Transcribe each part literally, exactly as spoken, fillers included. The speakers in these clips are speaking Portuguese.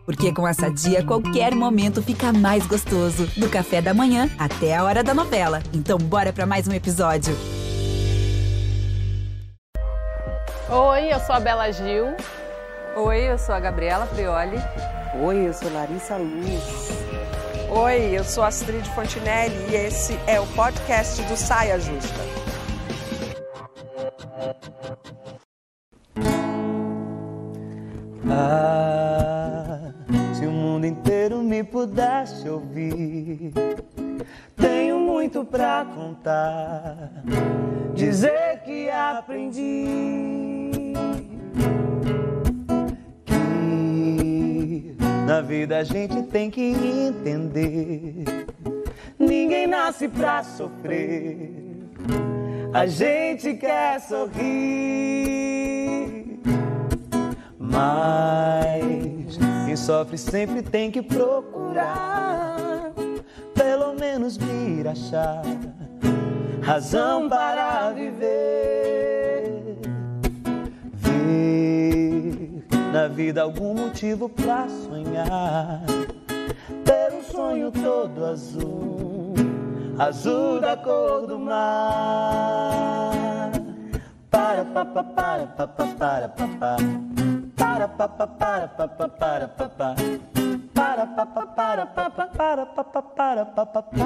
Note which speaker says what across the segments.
Speaker 1: Porque com a Sadia, qualquer momento fica mais gostoso. Do café da manhã até a hora da novela. Então bora pra mais um episódio.
Speaker 2: Oi, eu sou a Bela Gil.
Speaker 3: Oi, eu sou a Gabriela Prioli.
Speaker 4: Oi, eu sou Larissa Luz.
Speaker 5: Oi, eu sou a Astrid Fontinelli e esse é o podcast do Saia Justa.
Speaker 6: Ah, se o mundo inteiro me pudesse ouvir, tenho muito pra contar, dizer que aprendi que na vida a gente tem que entender, ninguém nasce pra sofrer, a gente quer sorrir. Mas quem sofre sempre tem que procurar, pelo menos vir achar razão para viver. Ver na vida algum motivo pra sonhar, ter um sonho todo azul, azul da cor do mar. Para, pa, pa, para, pa, pa, para, pa, pa. Para pa pa para pa pa para pa pa para pa pa para pa pa para pa pa para pa pa pa.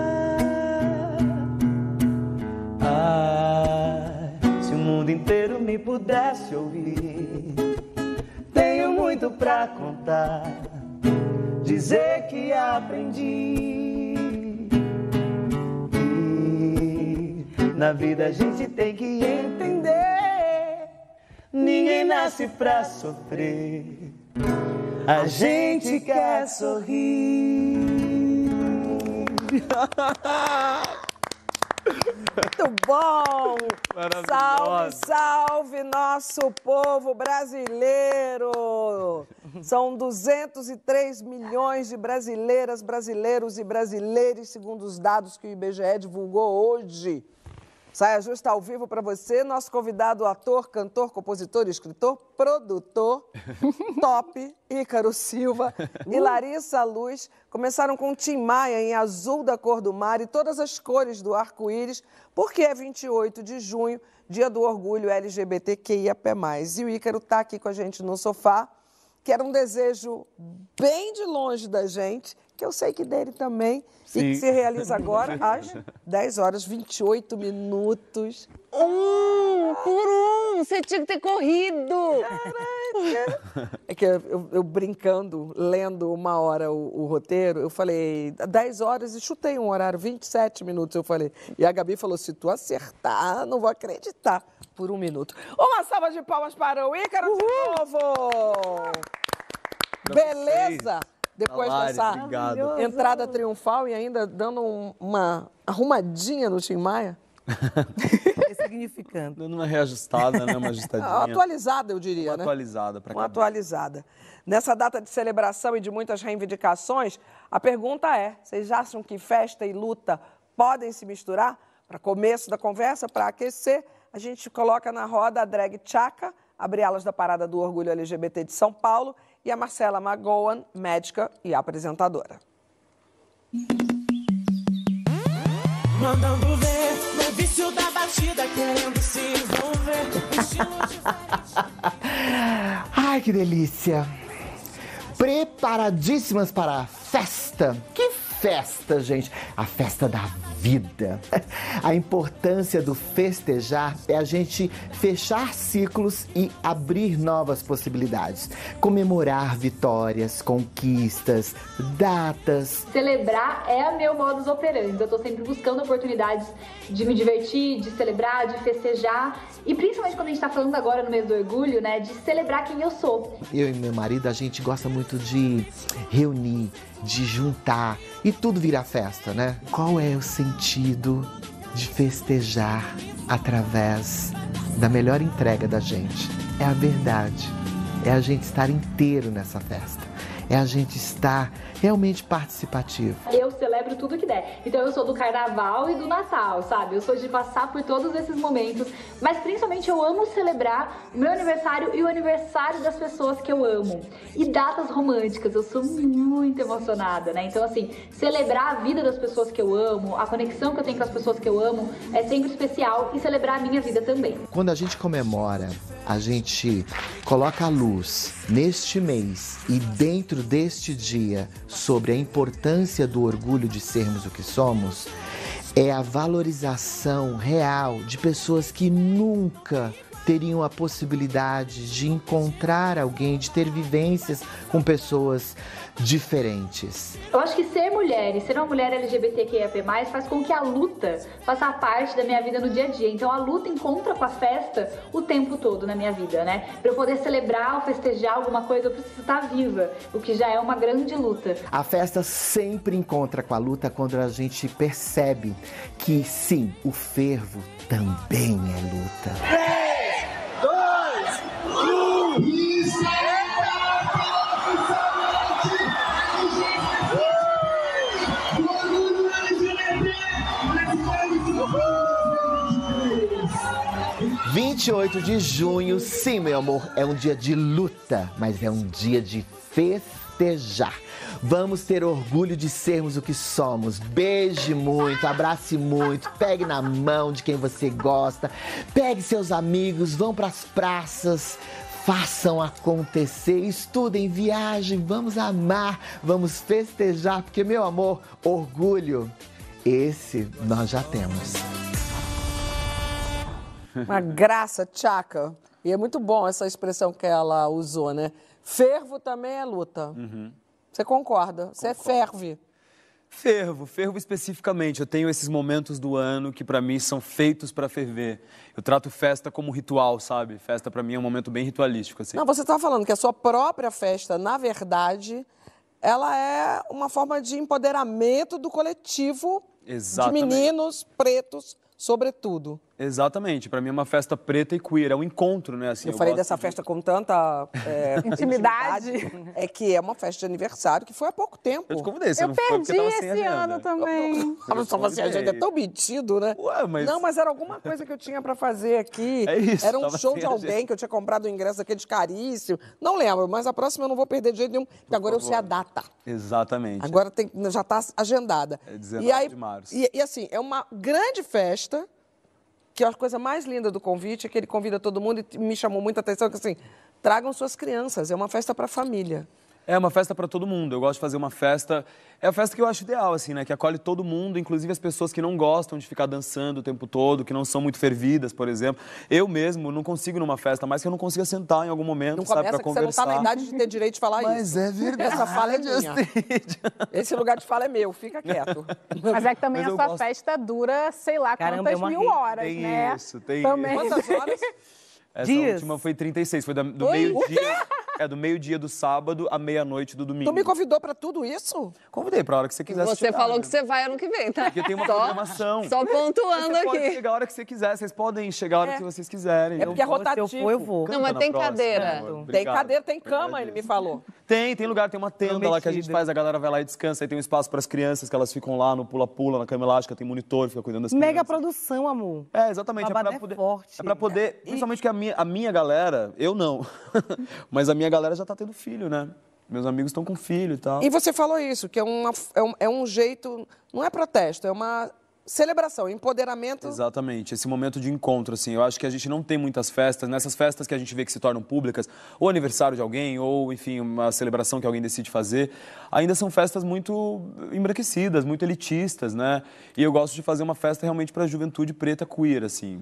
Speaker 6: Ai, se o mundo inteiro me pudesse ouvir, tenho muito pra contar, dizer que aprendi. E na vida a gente tem que entender, ninguém nasce pra sofrer, a gente quer sorrir.
Speaker 5: Muito bom! Salve, salve, nosso povo brasileiro! São duzentos e três milhões de brasileiras, brasileiros e brasileiros, segundo os dados que o I B G E divulgou hoje. Saia Justa ao vivo para você, nosso convidado, ator, cantor, compositor, escritor, produtor, top, Ícaro Silva e Larissa Luz, começaram com Tim Maia em Azul da Cor do Mar e todas as cores do arco-íris, porque é vinte e oito de junho, dia do orgulho L G B T Q I A P mais. E o Ícaro está aqui com a gente no sofá, que era um desejo bem de longe da gente, que eu sei que dele também, Sim. e que se realiza agora às dez horas e vinte e oito minutos.
Speaker 2: Um por um! Você tinha que ter corrido!
Speaker 5: Caraca! É que eu, eu brincando, lendo uma hora o, o roteiro, eu falei dez horas e chutei um horário, vinte e sete minutos, eu falei. E a Gabi falou, se tu acertar, não vou acreditar, por um minuto. Uma salva de palmas para o Ícaro Uhul. de novo! Pra Beleza! Vocês. Depois
Speaker 6: Lari,
Speaker 5: dessa
Speaker 6: obrigado.
Speaker 5: entrada triunfal e ainda dando um, uma arrumadinha no Tim Maia.
Speaker 3: Ressignificando.
Speaker 6: Dando uma reajustada, né? Uma ajustadinha.
Speaker 5: Atualizada, eu diria,
Speaker 6: uma
Speaker 5: né?
Speaker 6: Atualizada. Pra
Speaker 5: uma atualizada. Nessa data de celebração e de muitas reivindicações, a pergunta é, vocês acham que festa e luta podem se misturar? Para começo da conversa, para aquecer, a gente coloca na roda a drag Tchaka, abre-alas da Parada do Orgulho L G B T de São Paulo, e a Marcela McGowan, médica e apresentadora.
Speaker 7: Mandando ver, no vício da batida, querendo se envolver.
Speaker 8: Ai, que delícia! Preparadíssimas para a festa. Que festa, gente! A festa da vida. A importância do festejar é a gente fechar ciclos e abrir novas possibilidades. Comemorar vitórias, conquistas, datas.
Speaker 9: Celebrar é o meu modus operandi. Eu tô sempre buscando oportunidades de me divertir, de celebrar, de festejar. E principalmente quando a gente tá falando agora no mês do orgulho, né? De celebrar quem eu sou.
Speaker 8: Eu e meu marido, a gente gosta muito de reunir, de juntar e tudo virar festa, né? Qual é o sentido de festejar através da melhor entrega da gente? É a verdade, é a gente estar inteiro nessa festa. é a gente estar realmente participativo.
Speaker 9: Eu celebro tudo que der. Então eu sou do carnaval e do Natal, sabe? Eu sou de passar por todos esses momentos, mas principalmente eu amo celebrar o meu aniversário e o aniversário das pessoas que eu amo. E datas românticas, eu sou muito emocionada, né? Então assim, celebrar a vida das pessoas que eu amo, a conexão que eu tenho com as pessoas que eu amo é sempre especial, e celebrar a minha vida também.
Speaker 8: Quando a gente comemora, a gente coloca a luz neste mês e dentro deste dia sobre a importância do orgulho de sermos o que somos, é a valorização real de pessoas que nunca teriam a possibilidade de encontrar alguém, de ter vivências com pessoas diferentes.
Speaker 9: Eu acho que ser mulher e ser uma mulher L G B T Q I A P mais, faz com que a luta faça parte da minha vida no dia a dia. Então a luta encontra com a festa o tempo todo na minha vida, né? Para eu poder celebrar ou festejar alguma coisa, eu preciso estar viva, o que já é uma grande luta.
Speaker 8: A festa sempre encontra com a luta quando a gente percebe que sim, o fervo também é luta.
Speaker 7: três, dois, um, isso é
Speaker 8: vinte e oito de junho, sim, meu amor, é um dia de luta, mas é um dia de festejar. Vamos ter orgulho de sermos o que somos. Beije muito, abrace muito, pegue na mão de quem você gosta, pegue seus amigos, vão para as praças, façam acontecer, estudem, viajem, vamos amar, vamos festejar, porque, meu amor, orgulho, esse nós já temos.
Speaker 5: Uma graça, tchaca. E é muito bom essa expressão que ela usou, né? Fervo também é luta.
Speaker 10: Uhum.
Speaker 5: Você concorda? Você ferve.
Speaker 10: Fervo, fervo especificamente. Eu tenho esses momentos do ano que pra mim são feitos pra ferver. Eu trato festa como ritual, sabe? Festa pra mim é um momento bem ritualístico, assim.
Speaker 5: Não, você está falando que a sua própria festa, na verdade, ela é uma forma de empoderamento do coletivo.
Speaker 10: Exatamente.
Speaker 5: De meninos pretos, sobretudo.
Speaker 10: Exatamente. Pra mim é uma festa preta e queer, é um encontro, né? Assim,
Speaker 5: eu,
Speaker 10: eu
Speaker 5: falei
Speaker 10: gosto
Speaker 5: dessa
Speaker 10: de...
Speaker 5: festa com tanta é,
Speaker 2: intimidade.
Speaker 5: intimidade. É que é uma festa de aniversário que foi há pouco tempo.
Speaker 10: Eu te convidei, você
Speaker 2: eu
Speaker 10: não foi porque
Speaker 2: perdi
Speaker 10: tava sem
Speaker 2: esse
Speaker 10: agenda.
Speaker 2: ano também.
Speaker 5: Mas só você, a gente é tão metido, né?
Speaker 10: Ué, mas...
Speaker 5: Não, mas era alguma coisa que eu tinha pra fazer aqui.
Speaker 10: É isso,
Speaker 5: era um
Speaker 10: tava
Speaker 5: show
Speaker 10: sem
Speaker 5: de alguém
Speaker 10: agenda.
Speaker 5: que eu tinha comprado o ingresso daqueles caríssimo. Não lembro, mas a próxima eu não vou perder de jeito nenhum, porque agora eu sei a data.
Speaker 10: Exatamente.
Speaker 5: Agora tem, já está agendada.
Speaker 10: É dezenove
Speaker 5: e aí,
Speaker 10: de março.
Speaker 5: E, e assim, é uma grande festa, que a coisa mais linda do convite é que ele convida todo mundo e me chamou muita atenção, que assim, tragam suas crianças, é uma festa para a família.
Speaker 10: É uma festa para todo mundo. Eu gosto de fazer uma festa... É a festa que eu acho ideal, assim, né? Que acolhe todo mundo, inclusive as pessoas que não gostam de ficar dançando o tempo todo, que não são muito fervidas, por exemplo. Eu mesmo não consigo ir numa festa, mas que eu não consiga sentar em algum momento,
Speaker 5: Não
Speaker 10: sabe,
Speaker 5: começa
Speaker 10: pra
Speaker 5: que
Speaker 10: conversar.
Speaker 5: você não está na idade de ter direito de falar
Speaker 10: Mas
Speaker 5: isso.
Speaker 10: é verdade.
Speaker 5: Essa fala é minha. Esse lugar de fala é meu, fica quieto.
Speaker 2: Mas é que também
Speaker 10: Mas
Speaker 2: a
Speaker 10: eu
Speaker 2: sua
Speaker 10: gosto.
Speaker 2: festa dura, sei lá,
Speaker 4: Caramba,
Speaker 2: quantas
Speaker 4: é uma
Speaker 2: mil
Speaker 4: rede.
Speaker 2: horas,
Speaker 10: Tem
Speaker 2: né?
Speaker 10: isso, tem
Speaker 2: Também.
Speaker 10: isso.
Speaker 5: Quantas horas?
Speaker 10: Essa
Speaker 4: Dias.
Speaker 10: última foi trinta e seis, foi da- do
Speaker 5: Oi?
Speaker 10: meio-dia... É, do meio-dia do sábado à meia-noite do domingo.
Speaker 5: Tu me convidou para tudo isso?
Speaker 10: Convidei pra hora que você quiser
Speaker 11: Você
Speaker 10: chegar,
Speaker 11: falou
Speaker 10: né?
Speaker 11: que você vai ano que vem, tá?
Speaker 10: Porque tem uma
Speaker 11: Só-
Speaker 10: programação.
Speaker 11: Só pontuando
Speaker 10: Você pode
Speaker 11: aqui.
Speaker 10: chegar a hora que você quiser, vocês podem chegar a hora
Speaker 5: É.
Speaker 10: que vocês quiserem.
Speaker 5: É porque é
Speaker 4: vou, se eu
Speaker 5: rotativo.
Speaker 4: for, eu vou.
Speaker 11: Não, mas
Speaker 10: Canta
Speaker 11: tem
Speaker 10: na próxima,
Speaker 11: cadeira.
Speaker 10: amor.
Speaker 5: Tem
Speaker 10: Obrigado.
Speaker 5: cadeira, tem cama,
Speaker 10: Obrigado.
Speaker 5: ele me falou.
Speaker 10: Tem, tem lugar, tem uma tenda lá que a gente
Speaker 4: Prometido.
Speaker 10: faz, a galera vai lá e descansa, aí tem um espaço para as crianças, que elas ficam lá no pula-pula, na cama elástica, tem monitor, fica cuidando das
Speaker 4: Mega
Speaker 10: crianças.
Speaker 4: produção, amor.
Speaker 10: É, exatamente, é
Speaker 4: Babado
Speaker 10: pra
Speaker 4: é
Speaker 10: poder,
Speaker 4: forte.
Speaker 10: é pra poder, principalmente que a minha, a minha galera, eu não, mas a minha galera já tá tendo filho, né? Meus amigos estão com filho e tal.
Speaker 5: E você falou isso, que é, uma, é, um, é um jeito, não é protesto, é uma celebração, empoderamento.
Speaker 10: Exatamente, esse momento de encontro, assim, eu acho que a gente não tem muitas festas, nessas festas que a gente vê que se tornam públicas, ou aniversário de alguém, ou, enfim, uma celebração que alguém decide fazer, ainda são festas muito embranquecidas, muito elitistas, né? E eu gosto de fazer uma festa realmente para a juventude preta queer, assim.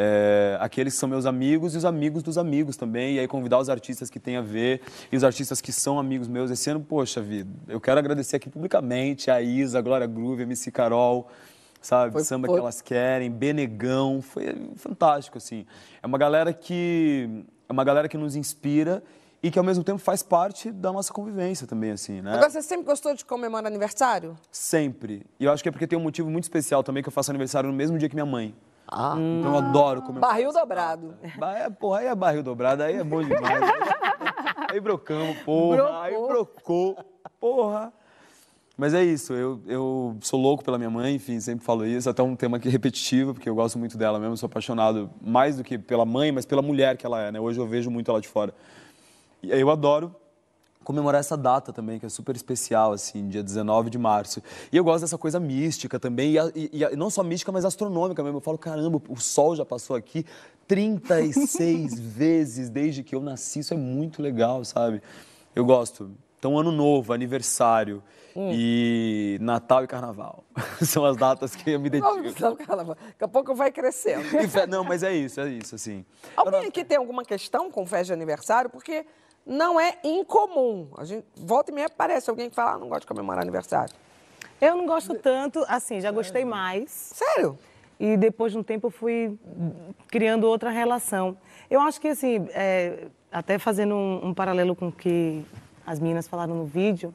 Speaker 10: É, aqueles que são meus amigos e os amigos dos amigos também, e aí convidar os artistas que têm a ver, e os artistas que são amigos meus. Esse ano, poxa vida, eu quero agradecer aqui publicamente a Isa, a Glória Groove, a M C Carol, sabe,
Speaker 5: Foi-
Speaker 10: Samba
Speaker 5: foi-
Speaker 10: que Elas Querem, Benegão, foi fantástico, assim. É uma galera que é uma galera que nos inspira e que ao mesmo tempo faz parte da nossa convivência também, assim, né?
Speaker 5: Agora, você sempre gostou de comemorar aniversário?
Speaker 10: Sempre. E eu acho que é porque tem um motivo muito especial também, que eu faço aniversário no mesmo dia que minha mãe.
Speaker 5: Ah.
Speaker 10: Então eu adoro comemorar.
Speaker 5: Barril dobrado.
Speaker 10: Ba- é, porra, aí é barril dobrado, aí é bom demais. Aí brocamos, porra.
Speaker 5: Brocou.
Speaker 10: Aí brocou, porra. Mas é isso, eu, eu sou louco pela minha mãe, enfim, sempre falo isso, até um tema aqui repetitivo, porque eu gosto muito dela mesmo, sou apaixonado mais do que pela mãe, mas pela mulher que ela é, né? Hoje eu vejo muito ela de fora. E aí eu adoro comemorar essa data também, que é super especial, assim, dia dezenove de março. E eu gosto dessa coisa mística também, e, e, e não só mística, mas astronômica mesmo. Eu falo, caramba, o sol já passou aqui trinta e seis vezes desde que eu nasci, isso é muito legal, sabe? Eu gosto. Então, Ano Novo, aniversário hum. e Natal e Carnaval. São as datas que eu me dedico.
Speaker 5: Não, carnaval. Daqui a pouco vai crescendo.
Speaker 10: Não, mas é isso, é isso, assim.
Speaker 5: Alguém aqui tem alguma questão com festa de aniversário? Porque não é incomum. A gente volta e meia aparece alguém que fala, ah, não gosto de comemorar aniversário.
Speaker 12: Eu não gosto tanto, assim, já gostei mais.
Speaker 5: Sério?
Speaker 12: E depois de um tempo eu fui criando outra relação. Eu acho que, assim, é, até fazendo um, um paralelo com o que as meninas falaram no vídeo,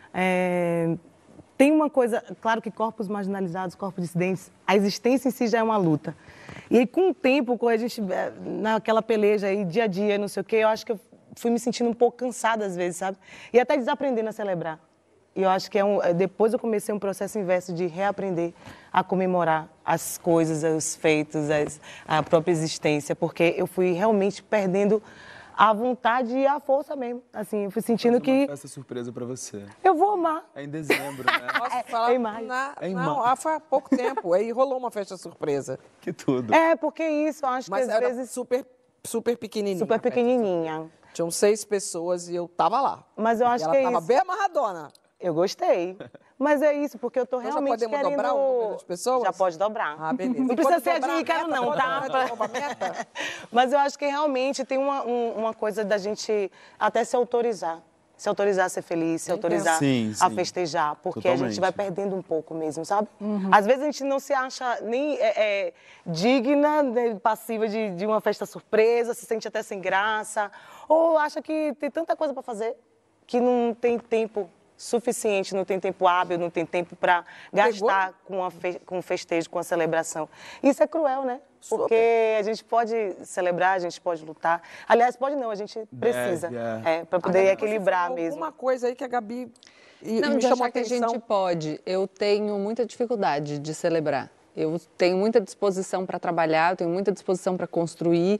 Speaker 12: é, tem uma coisa, claro que corpos marginalizados, corpos dissidentes, a existência em si já é uma luta. E aí, com o tempo, com a gente, naquela peleja aí, dia a dia, não sei o quê, eu acho que eu fui me sentindo um pouco cansada às vezes, sabe? E até desaprendendo a celebrar. E eu acho que é um, depois eu comecei um processo inverso de reaprender a comemorar as coisas, os feitos, as, a própria existência, porque eu fui realmente perdendo a vontade e a força mesmo. Assim, eu fui sentindo que...
Speaker 10: uma festa surpresa pra você.
Speaker 12: Eu vou amar.
Speaker 10: É em dezembro, né?
Speaker 5: Posso falar?
Speaker 12: É em maio.
Speaker 5: Na,
Speaker 10: É em
Speaker 5: não,
Speaker 10: maio.
Speaker 5: há foi há pouco tempo. Aí rolou uma festa surpresa.
Speaker 10: Que tudo.
Speaker 12: É, porque isso, eu acho
Speaker 5: Mas
Speaker 12: que às
Speaker 5: era
Speaker 12: vezes...
Speaker 5: super, super pequenininha.
Speaker 12: Super pequenininha.
Speaker 5: Tinham seis pessoas e eu tava lá.
Speaker 12: Mas eu acho
Speaker 5: e
Speaker 12: que
Speaker 5: ela
Speaker 12: é
Speaker 5: tava
Speaker 12: isso.
Speaker 5: bem amarradona.
Speaker 12: Eu gostei. Mas é isso, porque eu tô
Speaker 5: Então
Speaker 12: realmente
Speaker 5: já podemos
Speaker 12: querendo...
Speaker 5: dobrar o número de pessoas?
Speaker 12: Já pode dobrar.
Speaker 5: Ah, beleza.
Speaker 12: Não
Speaker 5: E
Speaker 12: precisa
Speaker 5: quando
Speaker 12: ser
Speaker 5: dobrar a
Speaker 12: adícaro,
Speaker 5: meta,
Speaker 12: não,
Speaker 5: quando
Speaker 12: tá?
Speaker 5: dobrar de novo a meta?
Speaker 12: Mas eu acho que realmente tem uma, um, uma coisa da gente até se autorizar. Se autorizar a ser feliz, se autorizar
Speaker 10: Sim,
Speaker 12: a
Speaker 10: sim.
Speaker 12: festejar. Porque
Speaker 10: Totalmente.
Speaker 12: a gente vai perdendo um pouco mesmo, sabe? Às vezes a gente não se acha nem é, é, digna, né, passiva de, de uma festa surpresa, se sente até sem graça. Ou acha que tem tanta coisa para fazer que não tem tempo suficiente, não tem tempo hábil, não tem tempo para gastar com, a fe com o festejo, com a celebração. Isso é cruel, né? Porque Super. a gente pode celebrar, a gente pode lutar. Aliás, pode não, a gente precisa.
Speaker 10: É,
Speaker 12: é, para poder
Speaker 5: Agora,
Speaker 12: equilibrar
Speaker 5: você falou
Speaker 12: mesmo.
Speaker 5: Uma coisa aí que a Gabi e,
Speaker 3: Não,
Speaker 5: me
Speaker 3: de
Speaker 5: chamou a
Speaker 3: achar que a
Speaker 5: atenção.
Speaker 3: gente pode. Eu tenho muita dificuldade de celebrar. Eu tenho muita disposição para trabalhar, eu tenho muita disposição para construir,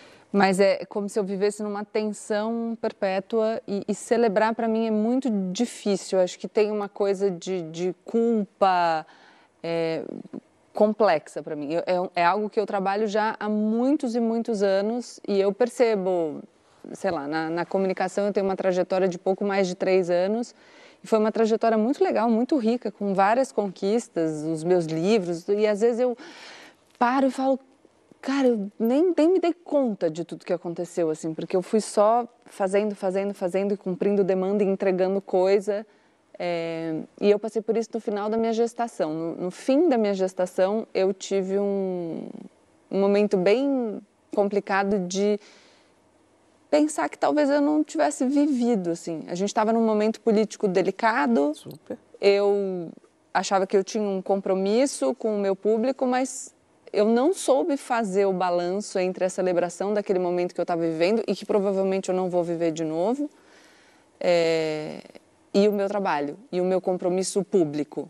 Speaker 3: mas é como se eu vivesse numa tensão perpétua e, e celebrar para mim é muito difícil. Eu acho que tem uma coisa de, de culpa é, complexa para mim. Eu, é, é algo que eu trabalho já há muitos e muitos anos e eu percebo, sei lá, na, na comunicação eu tenho uma trajetória de pouco mais de três anos e foi uma trajetória muito legal, muito rica, com várias conquistas, os meus livros, e às vezes eu paro e falo, cara, eu nem, nem me dei conta de tudo que aconteceu, assim, porque eu fui só fazendo, fazendo, fazendo e cumprindo demanda e entregando coisa. É, e eu passei por isso no final da minha gestação. No, no fim da minha gestação, eu tive um, um momento bem complicado de pensar que talvez eu não tivesse vivido, assim. A gente estava num momento político delicado.
Speaker 5: Super.
Speaker 3: Eu achava que eu tinha um compromisso com o meu público, mas eu não soube fazer o balanço entre a celebração daquele momento que eu estava vivendo e que provavelmente eu não vou viver de novo, é, e o meu trabalho, e o meu compromisso público.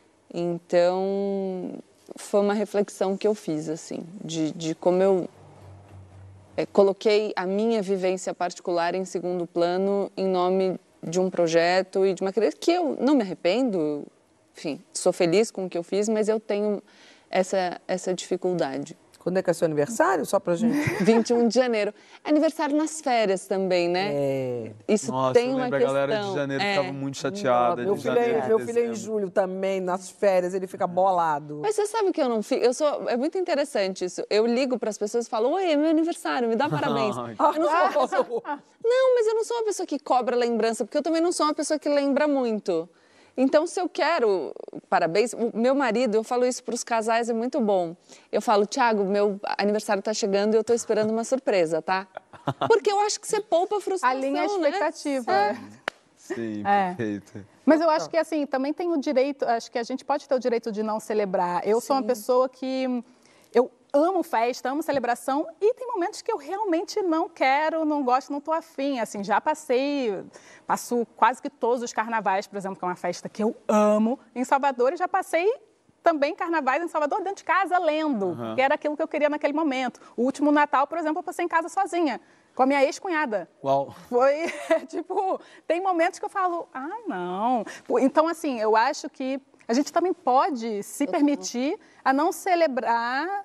Speaker 3: Então, foi uma reflexão que eu fiz, assim, de, de como eu é, coloquei a minha vivência particular em segundo plano em nome de um projeto e de uma criança que eu não me arrependo, enfim, sou feliz com o que eu fiz, mas eu tenho essa, essa dificuldade.
Speaker 5: Quando é que é seu aniversário? Só pra gente...
Speaker 3: vinte e um de janeiro. É aniversário nas férias também, né?
Speaker 5: É.
Speaker 3: Isso
Speaker 10: Nossa,
Speaker 3: tem
Speaker 10: eu
Speaker 3: uma
Speaker 10: lembro,
Speaker 3: questão.
Speaker 10: a galera de janeiro
Speaker 3: é.
Speaker 10: ficava muito chateada.
Speaker 5: Meu,
Speaker 10: de
Speaker 5: filho,
Speaker 10: janeiro,
Speaker 5: é,
Speaker 10: de
Speaker 5: meu filho é em
Speaker 10: dezembro.
Speaker 5: julho também, nas férias, ele fica bolado.
Speaker 3: Mas você sabe que eu não fico... Eu sou, é muito interessante isso. Eu ligo para as pessoas e falo, oi, é meu aniversário, me dá parabéns. Eu não, sou uma pessoa... não, mas eu não sou uma pessoa que cobra lembrança, porque eu também não sou uma pessoa que lembra muito. Então, se eu quero parabéns, o meu marido, eu falo isso para os casais, é muito bom. Eu falo, Thiago, meu aniversário está chegando e eu estou esperando uma surpresa, tá? Porque eu acho que você poupa a frustração,
Speaker 13: alinha a expectativa.
Speaker 3: Né?
Speaker 13: É.
Speaker 10: Sim,
Speaker 13: É.
Speaker 10: perfeito.
Speaker 13: Mas eu acho que, assim, também tem o direito, acho que a gente pode ter o direito de não celebrar. Eu
Speaker 5: Sim.
Speaker 13: sou uma pessoa que... Eu amo festa, amo celebração e tem momentos que eu realmente não quero, não gosto, não tô afim. Assim, já passei, passo quase que todos os carnavais, por exemplo, que é uma festa que eu amo, em Salvador, e já passei também carnavais em Salvador dentro de casa lendo,
Speaker 10: Uhum.
Speaker 13: que era aquilo que eu queria naquele momento. O último Natal, por exemplo, eu passei em casa sozinha, com a minha ex-cunhada.
Speaker 10: Uau.
Speaker 13: Foi, tipo, tem momentos que eu falo, ah, não. Então, assim, eu acho que a gente também pode se permitir a não celebrar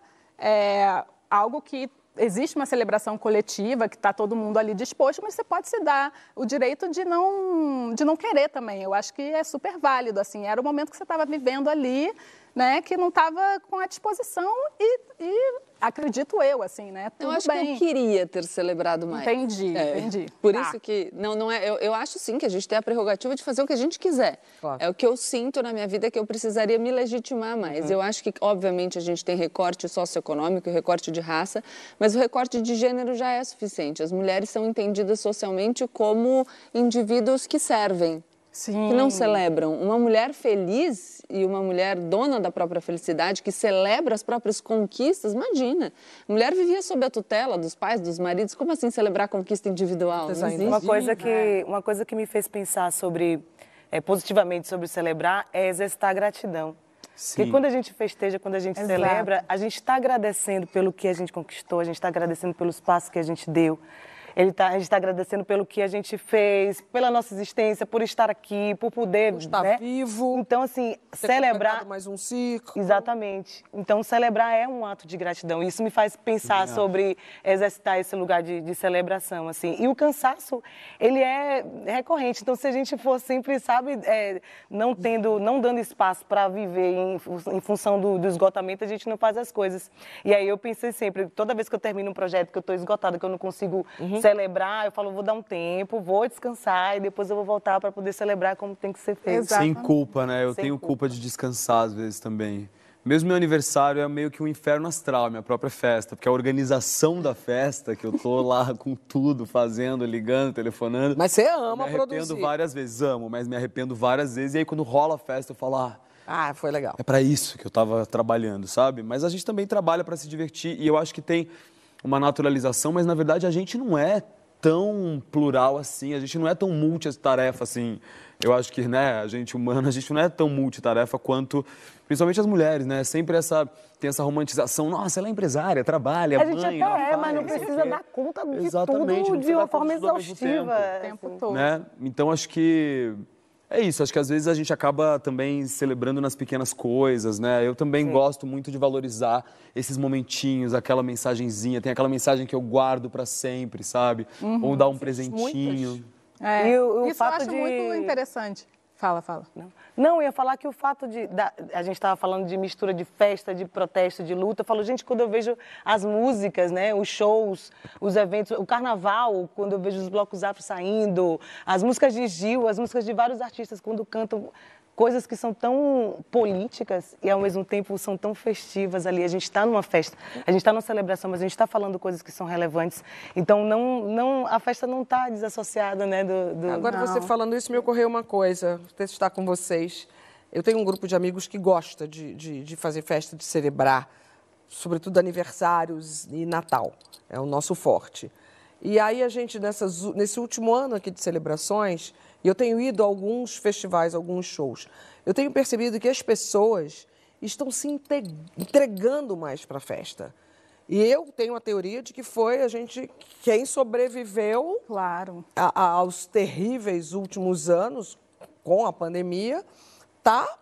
Speaker 13: é, algo que existe uma celebração coletiva, que está todo mundo ali disposto, mas você pode se dar o direito de não, de não querer também. Eu acho que é super válido, assim, era o momento que você estava vivendo ali, né, que não estava com a disposição e, e acredito eu, assim, né, tudo
Speaker 3: Eu acho
Speaker 13: bem.
Speaker 3: que eu queria ter celebrado mais.
Speaker 13: Entendi,
Speaker 3: É,
Speaker 13: entendi.
Speaker 3: Por
Speaker 13: Tá.
Speaker 3: isso que, não, não é, eu, eu acho sim que a gente tem a prerrogativa de fazer o que a gente quiser.
Speaker 5: Claro.
Speaker 3: É o que eu sinto na minha vida que eu precisaria me legitimar mais.
Speaker 5: Uhum.
Speaker 3: Eu acho que, obviamente, a gente tem recorte socioeconômico, recorte de raça, mas o recorte de gênero já é suficiente. As mulheres são entendidas socialmente como indivíduos que servem.
Speaker 13: Sim.
Speaker 3: Que não celebram. Uma mulher feliz e uma mulher dona da própria felicidade, que celebra as próprias conquistas, imagina. A mulher vivia sob a tutela dos pais, dos maridos, como assim celebrar a conquista individual? Não existe.
Speaker 12: Uma coisa que, uma coisa que me fez pensar sobre, é, positivamente sobre celebrar é exercitar a gratidão.
Speaker 10: Sim.
Speaker 12: Porque quando a gente festeja, quando a gente
Speaker 13: Exato.
Speaker 12: celebra, a gente está agradecendo pelo que a gente conquistou, a gente está agradecendo pelos passos que a gente deu. Ele tá, a gente está agradecendo pelo que a gente fez, pela nossa existência, por estar aqui, por poder...
Speaker 5: Por estar
Speaker 12: né?
Speaker 5: vivo.
Speaker 12: Então, assim,
Speaker 5: Ter
Speaker 12: celebrar...
Speaker 5: completado mais um ciclo.
Speaker 12: Exatamente. Então, celebrar é um ato de gratidão. Isso me faz pensar sobre exercitar esse lugar de, de celebração, assim. E o cansaço, ele é recorrente. Então, se a gente for sempre, sabe, é, não tendo, não dando espaço para viver em, em função do, do esgotamento, a gente não faz as coisas. E aí eu pensei sempre, toda vez que eu termino um projeto que eu estou esgotada, que eu não consigo uhum. celebrar, eu falo, vou dar um tempo, vou descansar e depois eu vou voltar para poder celebrar como tem que ser feito.
Speaker 10: Sem culpa, né? Eu
Speaker 12: Sem
Speaker 10: tenho
Speaker 12: culpa.
Speaker 10: culpa de descansar às vezes também. Mesmo meu aniversário é meio que um inferno astral, minha própria festa, porque a organização da festa, que eu tô lá com tudo, fazendo, ligando, telefonando...
Speaker 5: Mas você ama
Speaker 10: me arrependo
Speaker 5: produzir.
Speaker 10: várias vezes, amo, mas me arrependo várias vezes. E aí quando rola a festa eu falo, ah...
Speaker 5: Ah, foi legal.
Speaker 10: É para isso que eu tava trabalhando, sabe? Mas a gente também trabalha para se divertir e eu acho que tem uma naturalização, mas na verdade a gente não é tão plural assim, a gente não é tão multitarefa assim. Eu acho que, né, a gente humana, a gente não é tão multitarefa quanto, principalmente as mulheres, né? Sempre essa, tem essa romantização, nossa, ela é empresária, trabalha,
Speaker 12: A gente
Speaker 10: mãe,
Speaker 12: até
Speaker 10: ela
Speaker 12: é,
Speaker 10: faz,
Speaker 12: mas não
Speaker 10: sei o
Speaker 12: precisa
Speaker 10: quê.
Speaker 12: dar conta de
Speaker 10: Exatamente,
Speaker 12: tudo
Speaker 10: não
Speaker 12: de
Speaker 10: precisa
Speaker 12: uma
Speaker 10: dar conta
Speaker 12: forma
Speaker 10: de tudo ao mesmo
Speaker 12: exaustiva.
Speaker 10: tempo.
Speaker 13: O tempo todo.
Speaker 10: Né? Então, acho que é isso. Acho que às vezes a gente acaba também celebrando nas pequenas coisas, né? Eu também
Speaker 12: Sim.
Speaker 10: gosto muito de valorizar esses momentinhos, aquela mensagenzinha. Tem aquela mensagem que eu guardo para sempre, sabe?
Speaker 13: Uhum.
Speaker 10: Ou dar um
Speaker 13: Sim,
Speaker 10: presentinho.
Speaker 13: É,
Speaker 12: E o- o
Speaker 13: isso
Speaker 12: fato
Speaker 13: eu acho
Speaker 12: de-
Speaker 13: muito interessante. Fala, fala.
Speaker 12: Não, não, eu ia falar que o fato de... Da, a gente estava falando de mistura de festa, de protesto, de luta. Eu falo, gente, quando eu vejo as músicas, né, os shows, os eventos, o carnaval, quando eu vejo os blocos afro saindo, as músicas de Gil, as músicas de vários artistas, quando cantam coisas que são tão políticas e, ao mesmo tempo, são tão festivas ali. A gente está numa festa, a gente está numa celebração, mas a gente está falando coisas que são relevantes. Então, não, não, a festa não está desassociada, né, do... do...
Speaker 5: Agora, você falando isso, me ocorreu uma coisa, vou testar com vocês. Eu tenho um grupo de amigos que gosta de, de, de fazer festa, de celebrar, sobretudo aniversários e Natal. É o nosso forte. E aí a gente, nessas, nesse último ano aqui de celebrações, e eu tenho ido a alguns festivais, alguns shows, eu tenho percebido que as pessoas estão se inte- entregando mais para a festa. E eu tenho a teoria de que foi a gente, quem sobreviveu
Speaker 13: Claro.
Speaker 5: a- a- aos terríveis últimos anos, com a pandemia, está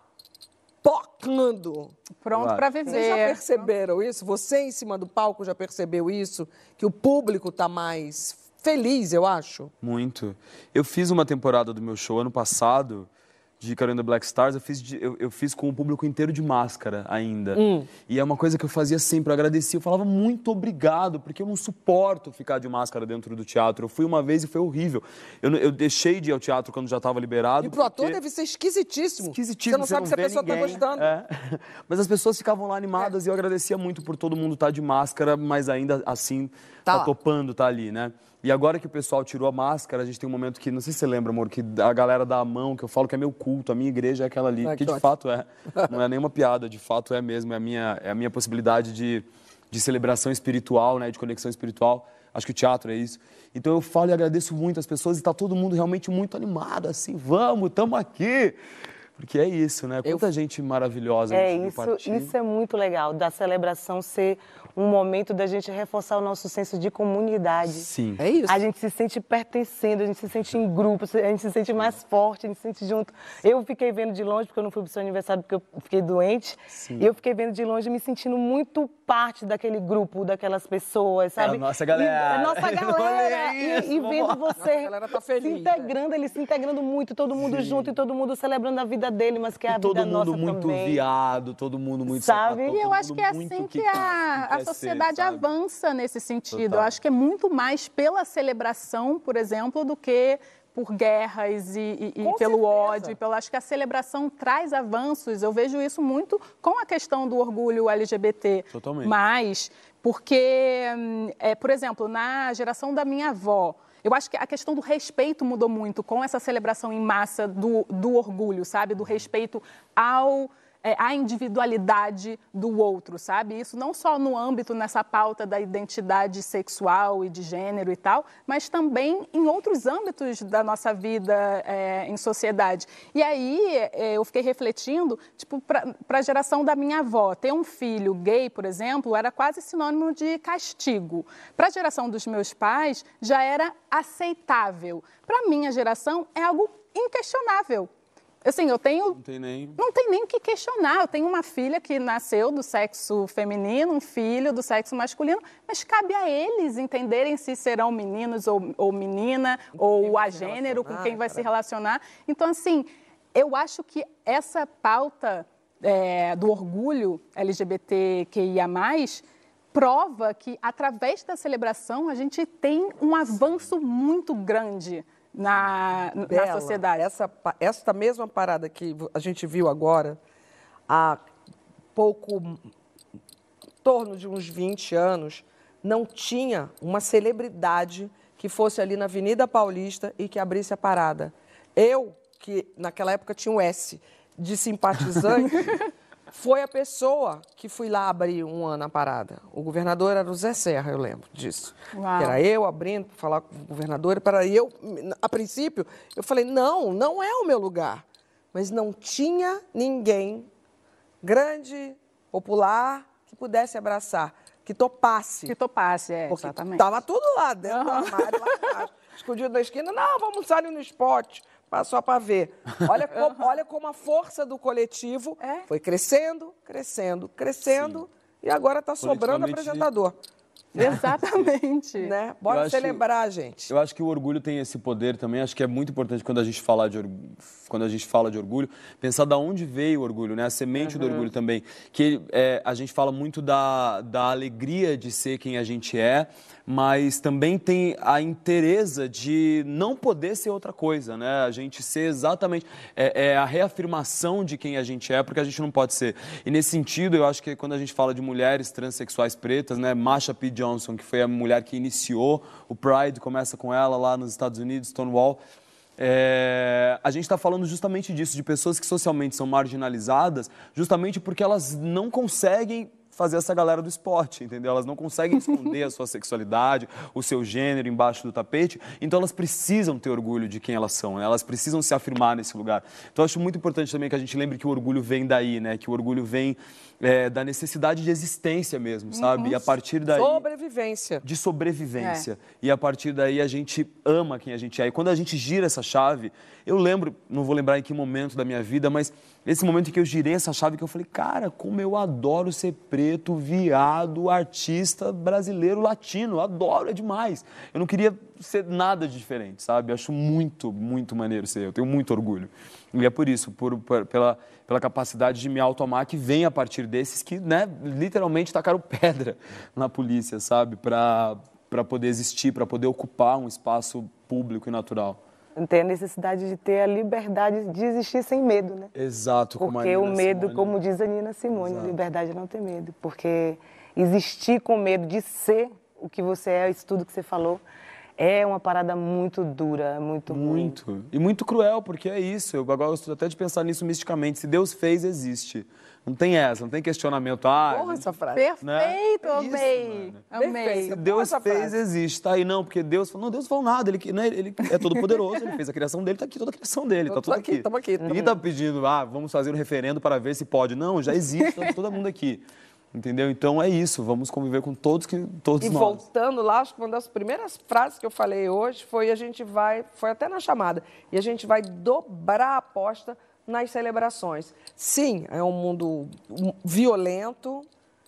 Speaker 5: tocando.
Speaker 13: Pronto
Speaker 10: Claro.
Speaker 13: para
Speaker 5: Vocês já
Speaker 13: viver.
Speaker 5: perceberam isso? Você, em cima do palco, já percebeu isso? Que o público está mais feliz, eu acho?
Speaker 10: Muito. Eu fiz uma temporada do meu show ano passado, de Carolina Black Stars, eu fiz, de- eu, eu fiz com o público inteiro de máscara ainda.
Speaker 5: Hum.
Speaker 10: E é uma coisa que eu fazia sempre, eu agradecia, eu falava muito obrigado, porque eu não suporto ficar de máscara dentro do teatro. Eu fui uma vez e foi horrível. Eu, não- eu deixei de ir ao teatro quando já estava liberado.
Speaker 5: E pro ator
Speaker 10: porque-
Speaker 5: deve ser esquisitíssimo.
Speaker 10: Esquisitíssimo,
Speaker 5: Você não sabe se a
Speaker 10: vê
Speaker 5: pessoa está
Speaker 10: ninguém.
Speaker 5: gostando.
Speaker 10: É. Mas as pessoas ficavam lá animadas e eu agradecia muito por todo mundo estar de máscara, mas ainda assim
Speaker 5: Tá
Speaker 10: tá,
Speaker 5: lá.
Speaker 10: topando, tá ali, né? E agora que o pessoal tirou a máscara, a gente tem um momento que, não sei se você lembra, amor, que a galera dá a mão, que eu falo que é meu culto, a minha igreja é aquela ali,
Speaker 5: Ah,
Speaker 10: que
Speaker 5: que
Speaker 10: de
Speaker 5: ótimo.
Speaker 10: fato é. Não é nenhuma piada, de fato é mesmo, é a minha, é a minha possibilidade de de celebração espiritual, né, de conexão espiritual. Acho que o teatro é isso. Então eu falo e agradeço muito as pessoas e está todo mundo realmente muito animado, assim, vamos, estamos aqui. Porque é isso, né? Quanta eu... gente maravilhosa.
Speaker 12: É isso, isso é muito legal, da celebração ser um momento da gente reforçar o nosso senso de comunidade.
Speaker 10: Sim.
Speaker 5: É isso.
Speaker 12: A gente se sente pertencendo, a gente se sente em grupo, a gente se sente mais forte, a gente se sente junto. Eu fiquei vendo de longe, porque eu não fui pro seu aniversário, porque eu fiquei doente.
Speaker 10: Sim.
Speaker 12: E eu fiquei vendo de longe, me sentindo muito parte daquele grupo, daquelas pessoas, sabe?
Speaker 10: É a nossa galera.
Speaker 12: E, a nossa galera.
Speaker 10: É isso,
Speaker 12: e, e vendo você
Speaker 5: a galera tá feliz,
Speaker 12: se integrando, ele se integrando muito, todo mundo
Speaker 10: Sim.
Speaker 12: junto e todo mundo celebrando a vida dele, mas que é a
Speaker 10: e
Speaker 12: vida
Speaker 10: todo
Speaker 12: nossa
Speaker 10: mundo muito
Speaker 12: também.
Speaker 10: viado, todo mundo muito
Speaker 12: Sabe?
Speaker 10: sapatão,
Speaker 13: E eu
Speaker 10: todo
Speaker 13: acho
Speaker 10: mundo
Speaker 13: que é
Speaker 10: muito
Speaker 13: assim que a, a
Speaker 10: quer
Speaker 13: sociedade
Speaker 10: ser, sabe?
Speaker 13: avança nesse sentido.
Speaker 10: Total.
Speaker 13: Eu acho que é muito mais pela celebração, por exemplo, do que por guerras e, e- e
Speaker 5: Com
Speaker 13: pelo
Speaker 5: certeza.
Speaker 13: ódio. Eu acho que a celebração traz avanços. Eu vejo isso muito com a questão do orgulho L G B T.
Speaker 10: Totalmente.
Speaker 13: Mas, porque, hum, é, por exemplo, na geração da minha avó, eu acho que a questão do respeito mudou muito com essa celebração em massa do, do orgulho, sabe? Do respeito ao... É, a individualidade do outro, sabe? Isso não só no âmbito, nessa pauta da identidade sexual e de gênero e tal, mas também em outros âmbitos da nossa vida é, em sociedade. E aí é, eu fiquei refletindo, tipo, para a geração da minha avó, ter um filho gay, por exemplo, era quase sinônimo de castigo. Para a geração dos meus pais, já era aceitável. Para a minha geração, é algo inquestionável. Assim, eu tenho...
Speaker 10: Não tem nem...
Speaker 13: Não tem nem o que questionar. Eu tenho uma filha que nasceu do sexo feminino, um filho do sexo masculino, mas cabe a eles entenderem se serão meninos ou, ou menina, ou a gênero, com quem vai se relacionar. Então, assim, eu acho que essa pauta é, do orgulho L G B T Q I A mais, prova que, através da celebração, a gente tem um avanço muito grande na,
Speaker 5: Bela,
Speaker 13: na sociedade.
Speaker 5: Essa, essa mesma parada que a gente viu agora, há pouco, em torno de uns vinte anos, não tinha uma celebridade que fosse ali na Avenida Paulista e que abrisse a parada. Eu, que naquela época tinha um S de simpatizante, foi a pessoa que fui lá abrir um ano a parada. O governador era o Zé Serra, eu lembro disso.
Speaker 13: Uau.
Speaker 5: Que era eu abrindo para falar com o governador. Para eu, a princípio, eu falei, não, não é o meu lugar. Mas não tinha ninguém grande, popular, que pudesse abraçar, que topasse.
Speaker 13: Que topasse, é,
Speaker 5: Porque
Speaker 13: exatamente.
Speaker 5: estava tudo lá dentro do armário, lá embaixo, escondido na esquina. Não, vamos almoçar ali no spot, só para ver. Olha como, olha como a força do coletivo
Speaker 13: É.
Speaker 5: foi crescendo, crescendo, crescendo,
Speaker 10: Sim.
Speaker 5: e agora está sobrando
Speaker 10: Coletivamente-
Speaker 5: apresentador.
Speaker 13: Exatamente.
Speaker 5: Né?
Speaker 10: Eu
Speaker 5: Bora
Speaker 10: acho-
Speaker 5: celebrar, gente.
Speaker 10: Eu acho que o orgulho tem esse poder também. Acho que é muito importante quando a gente fala de, org- quando a gente fala de orgulho, pensar da onde veio o orgulho, né? A semente do orgulho também. Que é, a gente fala muito da, da alegria de ser quem a gente é, mas também tem a inteireza de não poder ser outra coisa, né? A gente ser exatamente... É, é a reafirmação de quem a gente é, porque a gente não pode ser. E nesse sentido, eu acho que quando a gente fala de mulheres transexuais pretas, né? Marsha P. Johnson, que foi a mulher que iniciou o Pride, começa com ela lá nos Estados Unidos, Stonewall. É, a gente está falando justamente disso, de pessoas que socialmente são marginalizadas, justamente porque elas não conseguem fazer essa galera do esporte, entendeu? Elas não conseguem esconder a sua sexualidade, o seu gênero embaixo do tapete, então elas precisam ter orgulho de quem elas são, né? Elas precisam se afirmar nesse lugar. Então eu acho muito importante também que a gente lembre que o orgulho vem daí, né? Que o orgulho vem é, da necessidade de existência mesmo, sabe? E a partir daí...
Speaker 5: Sobrevivência.
Speaker 10: De sobrevivência. E a partir daí a gente ama quem a gente é. E quando a gente gira essa chave, eu lembro, não vou lembrar em que momento da minha vida, mas esse momento em que eu girei essa chave, que eu falei, cara, como eu adoro ser preto, viado, artista brasileiro, latino, adoro, é demais. Eu não queria ser nada de diferente, sabe? Acho muito, muito maneiro ser, eu tenho muito orgulho. E é por isso, por, por, pela, pela capacidade de me auto-amar que vem a partir desses que, né, literalmente tacaram pedra na polícia, sabe? Para para poder existir, para poder ocupar um espaço público e natural.
Speaker 12: Tem a necessidade de ter a liberdade de existir sem medo, né?
Speaker 10: Exato, como a
Speaker 12: Porque o
Speaker 10: Nina
Speaker 12: medo,
Speaker 10: Simone.
Speaker 12: como diz a Nina Simone,
Speaker 10: Exato.
Speaker 12: a liberdade é não ter medo. Porque existir com medo de ser o que você é, isso tudo que você falou, é uma parada muito dura, muito ruim.
Speaker 10: Muito. E muito cruel, porque é isso. Eu agora gosto até de pensar nisso misticamente. Se Deus fez, existe. Não tem essa, não tem questionamento. Ah,
Speaker 5: Porra, essa frase.
Speaker 13: Perfeito,
Speaker 10: né? É isso,
Speaker 13: amei. Amei.
Speaker 10: Se Deus
Speaker 5: essa
Speaker 10: fez,
Speaker 5: frase.
Speaker 10: existe. Tá aí, não, porque Deus falou, não, Deus falou nada. Ele, né, ele é todo poderoso, ele fez a criação dele, tá aqui toda a criação dele, tá
Speaker 5: Tô
Speaker 10: tudo
Speaker 5: aqui,
Speaker 10: aqui.
Speaker 5: tamo aqui, tamo
Speaker 10: Ninguém tá pedindo, ah, vamos fazer um referendo para ver se pode. Não, já existe, tá todo mundo aqui. Entendeu? Então é isso, vamos conviver com todos, que, todos
Speaker 5: E
Speaker 10: nós.
Speaker 5: voltando lá, acho que uma das primeiras frases que eu falei hoje foi a gente vai, foi até na chamada, e a gente vai dobrar a aposta nas celebrações. Sim, é um mundo violento,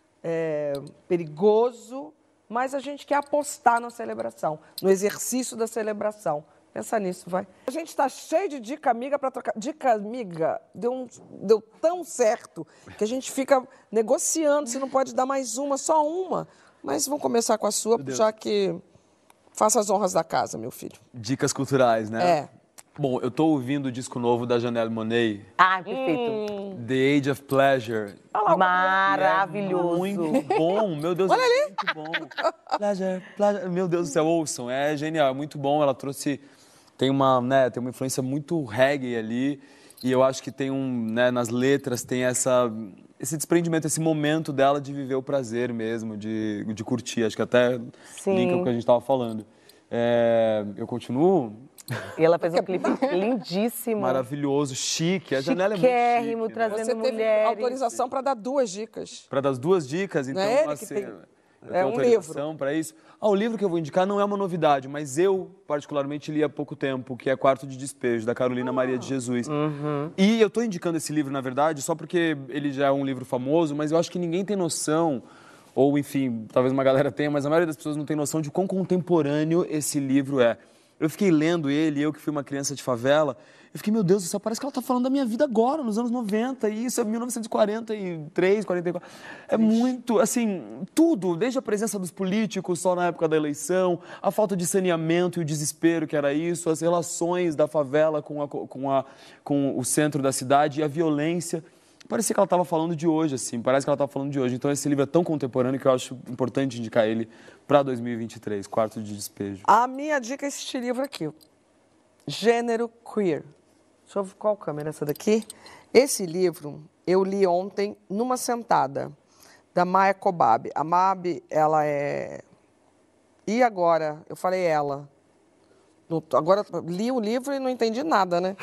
Speaker 5: é, perigoso, mas a gente quer apostar na celebração, no exercício da celebração. Pensa nisso, vai. A gente está cheio de dica amiga para trocar. Dica amiga deu, um, deu tão certo que a gente fica negociando se não pode dar mais uma, só uma. Mas vamos começar com a sua, já que faça as honras da casa, meu filho.
Speaker 10: Dicas culturais, né?
Speaker 5: É.
Speaker 10: Bom, eu tô ouvindo o disco novo da Janelle Monáe,
Speaker 12: Ah, perfeito.
Speaker 10: The Age of Pleasure.
Speaker 12: Maravilhoso.
Speaker 10: Muito bom, meu Deus,
Speaker 5: Olha
Speaker 10: é
Speaker 5: ali.
Speaker 10: muito bom. Pleasure, pleasure. Meu Deus do céu, ouçam, é genial, é muito bom. Ela trouxe, tem uma, né, tem uma influência muito reggae ali, e eu acho que tem um, né, nas letras tem essa, esse desprendimento, esse momento dela de viver o prazer mesmo, de, de curtir. Acho que até
Speaker 12: Sim.
Speaker 10: linka com o que a gente estava falando. É, eu continuo.
Speaker 12: E ela fez um clipe lindíssimo.
Speaker 10: Maravilhoso, chique. A Janela é muito
Speaker 12: Chiquérrimo,
Speaker 10: chique, né?
Speaker 12: trazendo
Speaker 5: Você teve
Speaker 12: mulheres.
Speaker 5: autorização para dar duas dicas.
Speaker 10: Para dar as duas dicas, então,
Speaker 5: Não é ele que
Speaker 10: assim,
Speaker 5: tem-
Speaker 10: eu
Speaker 5: é
Speaker 10: tenho
Speaker 5: um
Speaker 10: autorização para isso. Ah, o livro que eu vou indicar não é uma novidade, mas eu, particularmente, li há pouco tempo, que é Quarto de Despejo, da Carolina Maria de Jesus.
Speaker 12: Uhum.
Speaker 10: E eu estou indicando esse livro, na verdade, só porque ele já é um livro famoso, mas eu acho que ninguém tem noção, ou enfim, talvez uma galera tenha, mas a maioria das pessoas não tem noção de quão contemporâneo esse livro é. Eu fiquei lendo ele, eu que fui uma criança de favela, eu fiquei, meu Deus do céu, parece que ela está falando da minha vida agora, nos anos noventa, e isso é mil novecentos e quarenta e três, quarenta e quatro. É muito, assim, tudo, desde a presença dos políticos só na época da eleição, a falta de saneamento e o desespero que era isso, as relações da favela com, a, com, a, com o centro da cidade e a violência. Parecia que ela estava falando de hoje, assim, parece que ela estava falando de hoje. Então esse livro é tão contemporâneo que eu acho importante indicar ele para dois mil e vinte e três, Quarto de Despejo.
Speaker 5: A minha dica é este livro aqui, Gênero Queer. Deixa eu ver qual câmera é essa daqui. Esse livro eu li ontem numa sentada, da Maya Kobab. A Mab, ela é... E agora? Eu falei ela. No- Agora, li o livro e não entendi nada, né?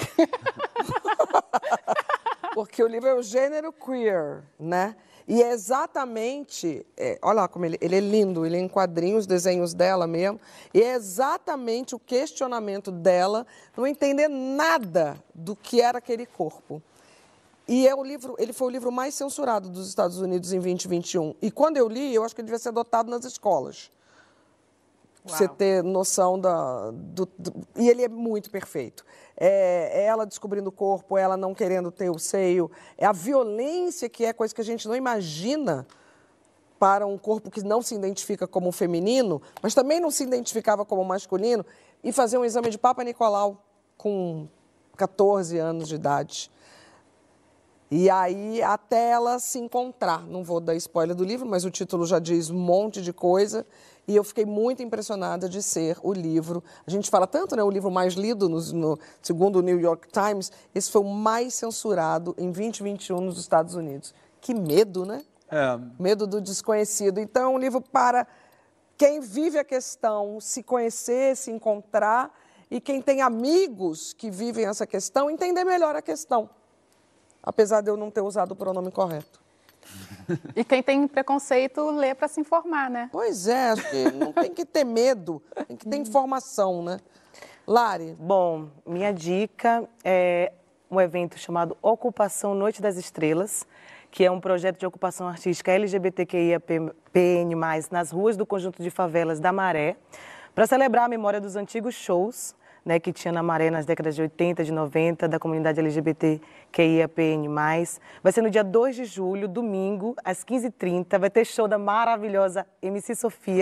Speaker 5: Porque o livro é o Gênero Queer, né? E é exatamente, é, olha lá como ele, ele é lindo, ele é em quadrinhos, desenhos dela mesmo, e é exatamente o questionamento dela, não entender nada do que era aquele corpo. E é o livro, ele foi o livro mais censurado dos Estados Unidos em vinte e vinte e um. E quando eu li, eu acho que ele devia ser adotado nas escolas. Pra você ter noção da, do, do... E ele é muito perfeito. É, é ela descobrindo o corpo, ela não querendo ter o seio. É a violência que é coisa que a gente não imagina para um corpo que não se identifica como feminino, mas também não se identificava como masculino, e fazer um exame de Papa Nicolau com catorze anos de idade. E aí, até ela se encontrar. Não vou dar spoiler do livro, mas o título já diz um monte de coisa. E eu fiquei muito impressionada de ser o livro. A gente fala tanto, né? O livro mais lido, no, no, segundo o New York Times, esse foi o mais censurado em vinte e vinte e um nos Estados Unidos. Que medo, né?
Speaker 10: É.
Speaker 5: Medo do desconhecido. Então, é um livro para quem vive a questão se conhecer, se encontrar, e quem tem amigos que vivem essa questão, entender melhor a questão. Apesar de eu não ter usado o pronome correto.
Speaker 13: E quem tem preconceito, lê para se informar, né?
Speaker 5: Pois é, acho que não tem que ter medo, tem que ter informação, né? Lari?
Speaker 12: Bom, minha dica é um evento chamado Ocupação Noite das Estrelas, que é um projeto de ocupação artística L G B T Q I A P N mais, nas ruas do conjunto de favelas da Maré, para celebrar a memória dos antigos shows, né, que tinha na Maré nas décadas de oitenta, de noventa, da comunidade L G B T Q I A P N mais. Vai ser no dia dois de julho, domingo, às quinze e trinta. Vai ter show da maravilhosa M C Sofia.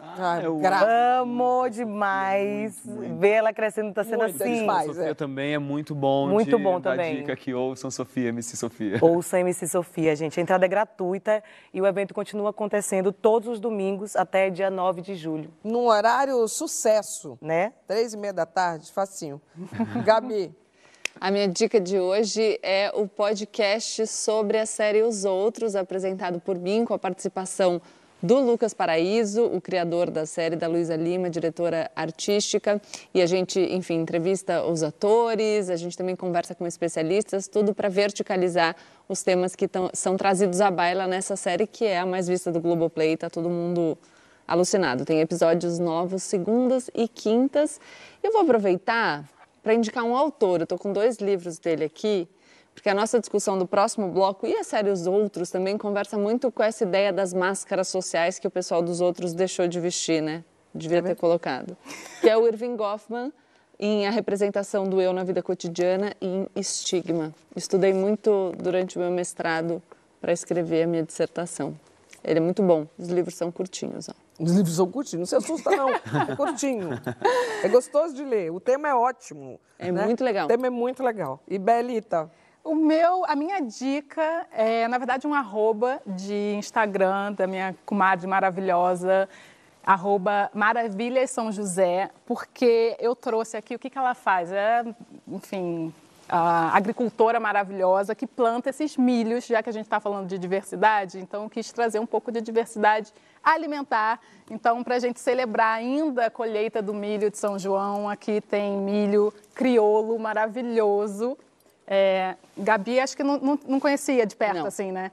Speaker 5: Ah,
Speaker 12: eu
Speaker 5: gra...
Speaker 12: amo demais ver ela crescendo, tá sendo
Speaker 5: Muito
Speaker 12: assim.
Speaker 10: A Sofia também é muito bom
Speaker 12: Muito
Speaker 10: de
Speaker 12: bom
Speaker 10: dar
Speaker 12: também.
Speaker 10: dica que ouçam Sofia, M C Sofia.
Speaker 12: Ouça M C Sofia, gente. A entrada é gratuita e o evento continua acontecendo todos os domingos até dia nove de julho.
Speaker 5: Num horário sucesso.
Speaker 12: Né?
Speaker 5: Três e meia da tarde, facinho. Gabi.
Speaker 3: A minha dica de hoje é o podcast sobre a série Os Outros, apresentado por mim, com a participação do Lucas Paraíso, o criador da série, da Luísa Lima, diretora artística. E a gente, enfim, entrevista os atores, a gente também conversa com especialistas, tudo para verticalizar os temas que tão, são trazidos à baila nessa série, que é a mais vista do Globoplay. Tá todo mundo alucinado. Tem episódios novos segundas e quintas. Eu vou aproveitar para indicar um autor. Eu estou com dois livros dele aqui, porque a nossa discussão do próximo bloco e a série Os Outros também conversa muito com essa ideia das máscaras sociais que o pessoal dos outros deixou de vestir, né? Devia ter colocado. Que é o Irving Goffman, em A Representação do Eu na Vida Cotidiana e em Estigma. Estudei muito durante o meu mestrado para escrever a minha dissertação. Ele é muito bom. Os livros são curtinhos, ó.
Speaker 5: Os livros são curtinhos, não se assusta não, é curtinho. É gostoso de ler, o tema é ótimo.
Speaker 3: É
Speaker 5: né?
Speaker 3: muito legal.
Speaker 5: O tema é muito legal. E Belita?
Speaker 13: O meu, a minha dica é, na verdade, um arroba de Instagram da minha comadre maravilhosa, arroba Maravilhas São José, porque eu trouxe aqui o que, que ela faz. É, enfim, a agricultora maravilhosa que planta esses milhos, já que a gente está falando de diversidade, então eu quis trazer um pouco de diversidade alimentar. Então, para a gente celebrar ainda a colheita do milho de São João, aqui tem milho crioulo maravilhoso. É, Gabi, acho que não, não, não conhecia de perto,
Speaker 3: não.
Speaker 13: assim, né?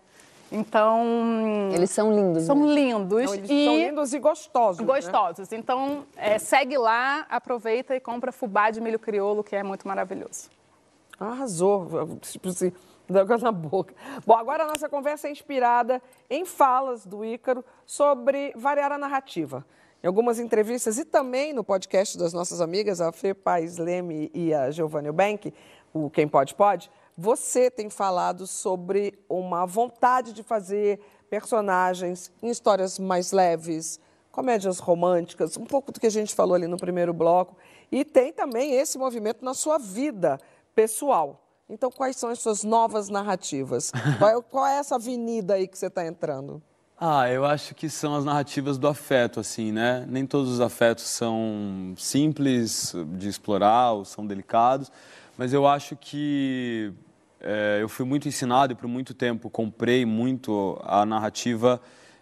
Speaker 13: Então...
Speaker 3: Eles são lindos.
Speaker 13: São
Speaker 3: né?
Speaker 13: lindos.
Speaker 5: Não, eles
Speaker 13: e...
Speaker 5: são lindos e gostosos.
Speaker 13: Gostosos.
Speaker 5: Né?
Speaker 13: Então, é, segue lá, aproveita e compra fubá de milho crioulo, que é muito maravilhoso.
Speaker 5: Arrasou. Tipo assim, dá água na boca. Bom, agora a nossa conversa é inspirada em falas do Ícaro sobre variar a narrativa. Em algumas entrevistas e também no podcast das nossas amigas, a Fê Paes Leme e a Giovanna Eubank, o Quem Pode Pode, você tem falado sobre uma vontade de fazer personagens em histórias mais leves, comédias românticas, um pouco do que a gente falou ali no primeiro bloco. E tem também esse movimento na sua vida pessoal. Então, quais são as suas novas narrativas? Qual é, qual é essa avenida aí que você está entrando?
Speaker 10: Ah, eu acho que são as narrativas do afeto, assim, né? Nem todos os afetos são simples de explorar ou são delicados, mas eu acho que é, eu fui muito ensinado e por muito tempo comprei muito a narrativa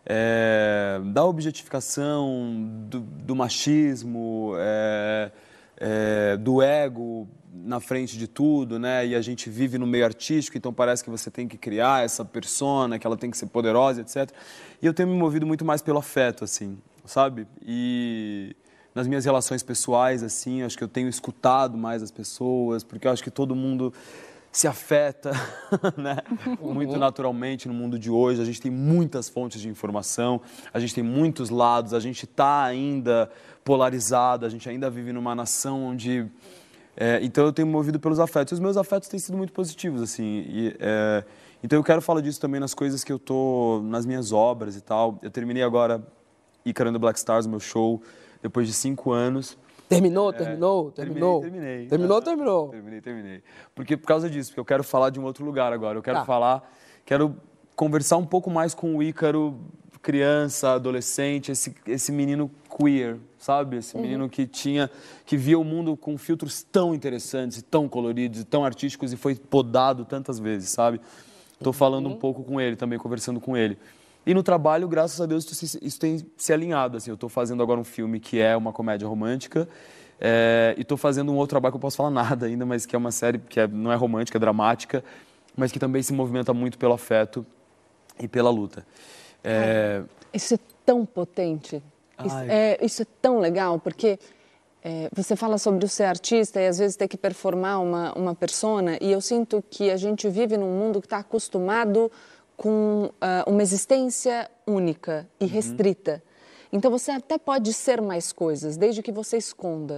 Speaker 10: é, da objetificação, do, do machismo, é, é, do ego na frente de tudo, né? E a gente vive no meio artístico, então parece que você tem que criar essa persona, que ela tem que ser poderosa, etcétera. E eu tenho me movido muito mais pelo afeto, assim, sabe? E nas minhas relações pessoais, assim, eu acho que eu tenho escutado mais as pessoas, porque eu acho que todo mundo se afeta, né? Muito naturalmente no mundo de hoje. A gente tem muitas fontes de informação, a gente tem muitos lados, a gente está ainda polarizado, a gente ainda vive numa nação onde... É, então eu tenho me movido pelos afetos. E os meus afetos têm sido muito positivos, assim. E, é, então eu quero falar disso também nas coisas que eu tô, nas minhas obras e tal. Eu terminei agora Ícaro and the Black Stars, meu show, depois de cinco anos.
Speaker 5: Terminou,
Speaker 10: É,
Speaker 5: terminou, terminou.
Speaker 10: Terminei, terminei.
Speaker 5: Terminou, terminou.
Speaker 10: Terminei, terminei. Porque por causa disso, porque eu quero falar de um outro lugar agora. Eu quero
Speaker 5: Tá.
Speaker 10: falar, quero conversar um pouco mais com o Ícaro, criança, adolescente, esse, esse menino queer, sabe? Esse
Speaker 5: Uhum.
Speaker 10: menino que tinha, que via o mundo com filtros tão interessantes, e tão coloridos, e tão artísticos e foi podado tantas vezes, sabe? Estou falando um pouco com ele também, conversando com ele. E no trabalho, graças a Deus, isso, isso tem se alinhado, assim. Eu estou fazendo agora um filme que é uma comédia romântica, é, e estou fazendo um outro trabalho que eu posso falar nada ainda, mas que é uma série que é, não é romântica, é dramática, mas que também se movimenta muito pelo afeto e pela luta. É...
Speaker 3: Isso é tão potente. Isso é, isso é tão legal, porque é, você fala sobre o ser artista e às vezes ter que performar uma, uma persona, e eu sinto que a gente vive num mundo que está acostumado com uh, uma existência única e restrita. Então você até pode ser mais coisas, desde que você esconda.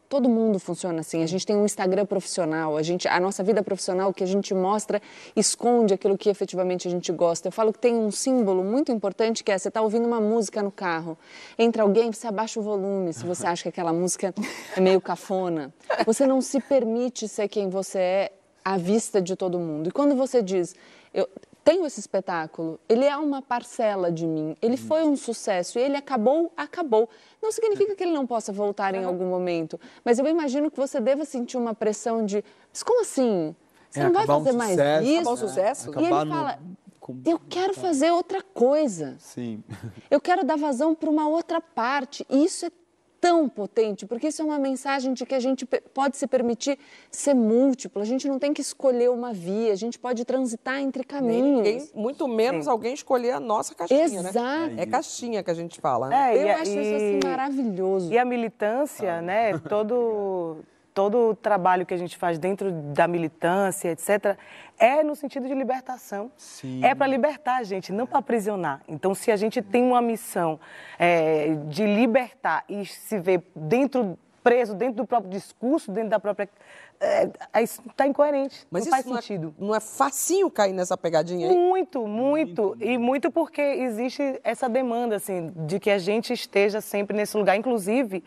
Speaker 3: todo mundo funciona assim. A gente tem um Instagram profissional, a, gente, a nossa vida profissional, que a gente mostra, esconde aquilo que efetivamente a gente gosta. Eu falo que tem um símbolo muito importante, que é, você está ouvindo uma música no carro, entra alguém, você abaixa o volume, se você acha que aquela música é meio cafona. Você não se permite ser quem você é à vista de todo mundo. E quando você diz, eu tenho esse espetáculo, ele é uma parcela de mim, ele foi um sucesso e ele acabou, acabou. Não significa que ele não possa voltar em algum momento, mas eu imagino que você deva sentir uma pressão de, mas como assim? Você
Speaker 10: É,
Speaker 3: não vai
Speaker 10: acabar um
Speaker 3: fazer mais
Speaker 10: sucesso,
Speaker 3: isso?
Speaker 5: Acabar o sucesso?
Speaker 3: E ele
Speaker 10: Acabar no-
Speaker 3: fala, eu quero fazer outra coisa.
Speaker 10: Sim.
Speaker 3: Eu quero dar vazão para uma outra parte. E isso é tão potente, porque isso é uma mensagem de que a gente pe- pode se permitir ser múltiplo. A gente não tem que escolher uma via, a gente pode transitar entre
Speaker 5: Nem
Speaker 3: caminhos.
Speaker 5: ninguém, muito menos alguém escolher a nossa caixinha,
Speaker 3: Exato.
Speaker 5: né? É caixinha que a gente fala, né?
Speaker 12: É,
Speaker 3: Eu
Speaker 12: e a-
Speaker 3: acho isso
Speaker 12: e-
Speaker 3: assim maravilhoso.
Speaker 12: E a militância, né? Todo, todo o trabalho que a gente faz dentro da militância, etcétera, é no sentido de libertação.
Speaker 10: Sim.
Speaker 12: É para libertar a gente, não para aprisionar. Então, se a gente tem uma missão é, de libertar e se vê dentro, preso dentro do próprio discurso, dentro da própria... É, é, isso está incoerente,
Speaker 5: Mas
Speaker 12: não
Speaker 5: isso
Speaker 12: faz
Speaker 5: não é-
Speaker 12: sentido.
Speaker 5: Não é facinho cair nessa pegadinha aí?
Speaker 12: Muito, muito, e muito porque existe essa demanda, assim, de que a gente esteja sempre nesse lugar. Inclusive,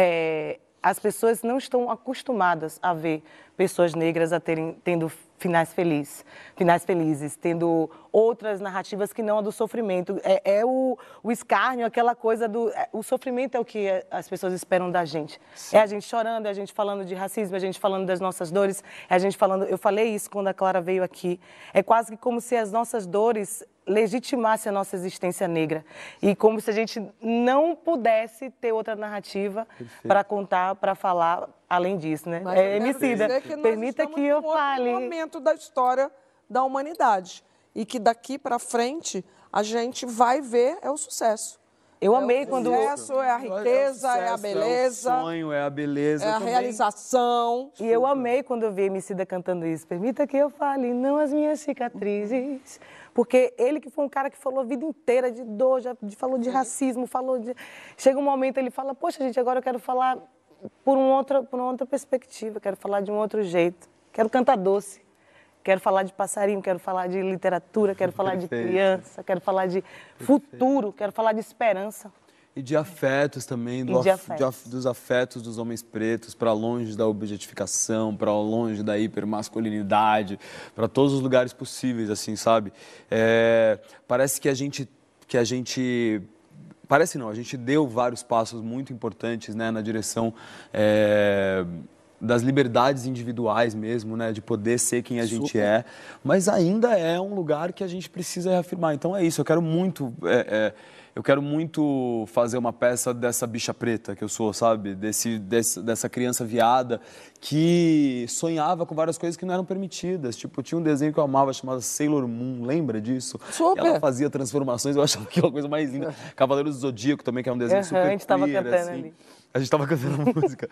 Speaker 12: é, as pessoas não estão acostumadas a ver pessoas negras a terem, tendo finais felizes, finais felizes, tendo outras narrativas que não a do sofrimento. É, é o, o escárnio, aquela coisa do... é, o sofrimento é o que as pessoas esperam da gente. Sim. É a gente chorando, é a gente falando de racismo, é a gente falando das nossas dores, é a gente falando... Eu falei isso quando a Clara veio aqui. É quase que como se as nossas dores legitimassem a nossa existência negra. E como se a gente não pudesse ter outra narrativa para contar, para falar além disso, né?
Speaker 5: Mas
Speaker 12: É,
Speaker 5: eu quero
Speaker 12: Emicida,
Speaker 5: dizer que nós
Speaker 12: permita
Speaker 5: estamos
Speaker 12: que eu
Speaker 5: num outro
Speaker 12: fale.
Speaker 5: momento da história da humanidade. E que daqui para frente a gente vai ver é o sucesso.
Speaker 12: Eu
Speaker 5: é
Speaker 12: amei
Speaker 5: o
Speaker 12: quando...
Speaker 5: sucesso, é a riqueza, é,
Speaker 10: o
Speaker 5: a
Speaker 10: sucesso,
Speaker 5: beleza,
Speaker 10: É o sonho, é a beleza.
Speaker 5: é a
Speaker 10: também.
Speaker 5: realização.
Speaker 12: E eu amei quando eu vi a Emicida cantando isso. Permita que eu fale, não as minhas cicatrizes. Porque ele que foi um cara que falou a vida inteira de dor, já de- falou de racismo, falou de... Chega um momento, ele fala, poxa, gente, agora eu quero falar por, um outra, por uma outra perspectiva, quero falar de um outro jeito. Quero cantar doce. Quero falar de passarinho, quero falar de literatura, quero falar de
Speaker 10: Perfeito.
Speaker 12: criança, quero falar de futuro, quero falar de esperança.
Speaker 10: E de afetos também, do
Speaker 12: E de
Speaker 10: af-
Speaker 12: afetos.
Speaker 10: de af- dos afetos dos homens pretos, para longe da objetificação, para longe da hipermasculinidade, para todos os lugares possíveis, assim, sabe? É, parece que a gente, que a gente, parece não, a gente deu vários passos muito importantes, né, na direção é, das liberdades individuais mesmo, né, de poder ser quem a gente é, mas ainda é um lugar que a gente precisa reafirmar. Então é isso, eu quero muito... é, é, Eu quero muito fazer uma peça dessa bicha preta que eu sou, sabe? Desse, desse, dessa criança viada que sonhava com várias coisas que não eram permitidas. Tipo, tinha um desenho que eu amava chamado Sailor Moon, lembra disso?
Speaker 5: Super.
Speaker 10: E ela fazia transformações, eu achava que era uma coisa mais linda. Cavaleiros do Zodíaco também, que é um desenho
Speaker 12: Uhum,
Speaker 10: super
Speaker 12: a gente tava
Speaker 10: queer,
Speaker 12: cantando
Speaker 10: assim.
Speaker 12: ali.
Speaker 10: A gente tava cantando a música.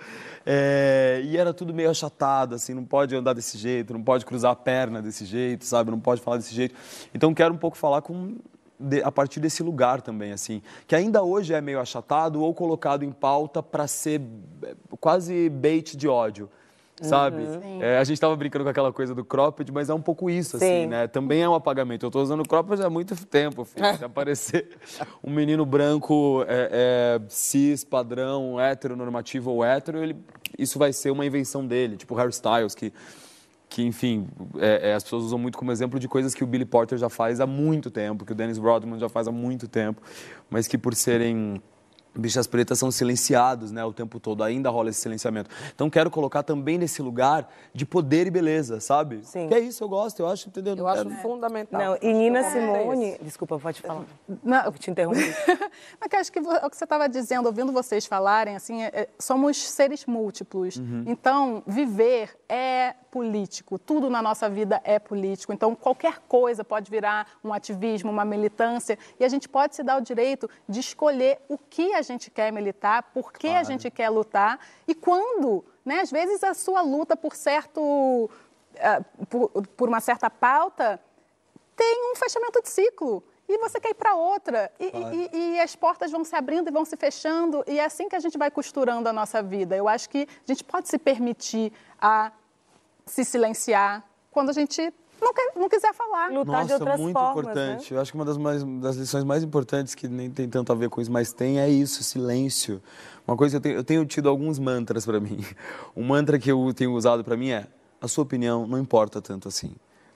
Speaker 10: É, e era tudo meio achatado, assim, não pode andar desse jeito, não pode cruzar a perna desse jeito, sabe? Não pode falar desse jeito. Então, quero um pouco falar com... De, a partir desse lugar também, assim, que ainda hoje é meio achatado ou colocado em pauta para ser quase bait de ódio, sabe?
Speaker 12: Uhum.
Speaker 10: É, a gente estava brincando com aquela coisa do cropped, mas é um pouco isso, assim,
Speaker 12: Sim.
Speaker 10: né? Também é um apagamento. Eu estou usando cropped há muito tempo, filho. Se aparecer um menino branco, é, é, cis, padrão, heteronormativo ou hétero, ele, isso vai ser uma invenção dele, tipo Harry Styles, que que, enfim, é, é, as pessoas usam muito como exemplo de coisas que o Billy Porter já faz há muito tempo, que o Dennis Rodman já faz há muito tempo, mas que por serem bichas pretas são silenciados, né, o tempo todo, ainda rola esse silenciamento. Então quero colocar também nesse lugar de poder e beleza, sabe?
Speaker 12: Sim.
Speaker 10: Que é isso, eu gosto, eu acho, entendeu?
Speaker 5: Eu acho fundamental.
Speaker 12: Não, e Nina
Speaker 5: Acho que o momento é
Speaker 12: Simone...
Speaker 5: esse.
Speaker 12: Desculpa, pode falar.
Speaker 13: Não,
Speaker 12: Eu te interrompi.
Speaker 13: Mas que acho que vo- é o que você estava dizendo, ouvindo vocês falarem, assim, é- é- somos seres múltiplos. Então, viver é político, tudo na nossa vida é político. Então, qualquer coisa pode virar um ativismo, uma militância, e a gente pode se dar o direito de escolher o que a gente quer militar, por que a gente quer lutar e quando. Né? Às vezes, a sua luta por certo, eh, por, por uma certa pauta tem um fechamento de ciclo. e você quer ir para outra. E,
Speaker 10: Claro.
Speaker 13: e, e as portas vão se abrindo e vão se fechando, e é assim que a gente vai costurando a nossa vida. Eu acho que a gente pode se permitir a se silenciar quando a gente não, quer, não quiser falar.
Speaker 12: Lutar de
Speaker 10: Nossa,
Speaker 12: outras
Speaker 10: muito
Speaker 12: formas,
Speaker 10: importante.
Speaker 12: né?
Speaker 10: Eu acho que uma das, mais, das lições mais importantes, que nem tem tanto a ver com isso, mas tem, é isso, silêncio. Uma coisa que eu tenho, eu tenho tido alguns mantras para mim. Um mantra que eu tenho usado para mim é: a sua opinião não importa tanto assim.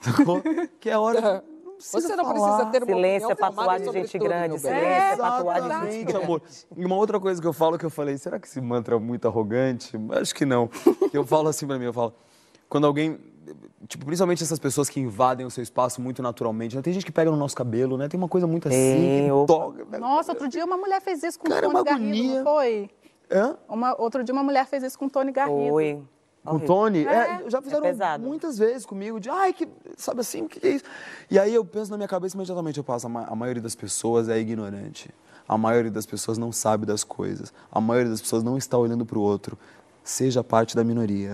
Speaker 10: Que é hora...
Speaker 5: Você não precisa ter uma
Speaker 12: Silêncio
Speaker 5: opinião
Speaker 12: é patuar
Speaker 5: formada
Speaker 12: de
Speaker 5: sobre
Speaker 12: gente
Speaker 5: tudo,
Speaker 12: grande,
Speaker 5: meu
Speaker 12: silêncio
Speaker 5: bem.
Speaker 12: é patuar de gente
Speaker 10: Exatamente,
Speaker 12: grande.
Speaker 10: amor. E uma outra coisa que eu falo, que eu falei, será que esse mantra é muito arrogante? Acho que não. Eu falo assim pra mim, eu falo, quando alguém, tipo, principalmente essas pessoas que invadem o seu espaço muito naturalmente, né? Tem gente que pega no nosso cabelo, né? Tem uma coisa muito assim,
Speaker 12: Ei,
Speaker 10: que
Speaker 12: opa.
Speaker 10: toca. né?
Speaker 13: Nossa, outro dia uma mulher fez isso com o
Speaker 10: Cara, é
Speaker 13: Tony
Speaker 10: uma
Speaker 13: Garrido,
Speaker 10: agonia.
Speaker 13: não foi?
Speaker 10: Hã?
Speaker 13: Uma, outro dia uma mulher fez isso com o Tony Garrido.
Speaker 12: Oi.
Speaker 10: Com o Tony?
Speaker 13: É.
Speaker 10: É, já fizeram
Speaker 12: pesado.
Speaker 10: muitas vezes comigo, de, ai, que, sabe assim, o que é isso? E aí eu penso na minha cabeça imediatamente, eu passo, a, ma a maioria das pessoas é ignorante. A maioria das pessoas não sabe das coisas. A maioria das pessoas não está olhando para o outro. Seja parte da minoria.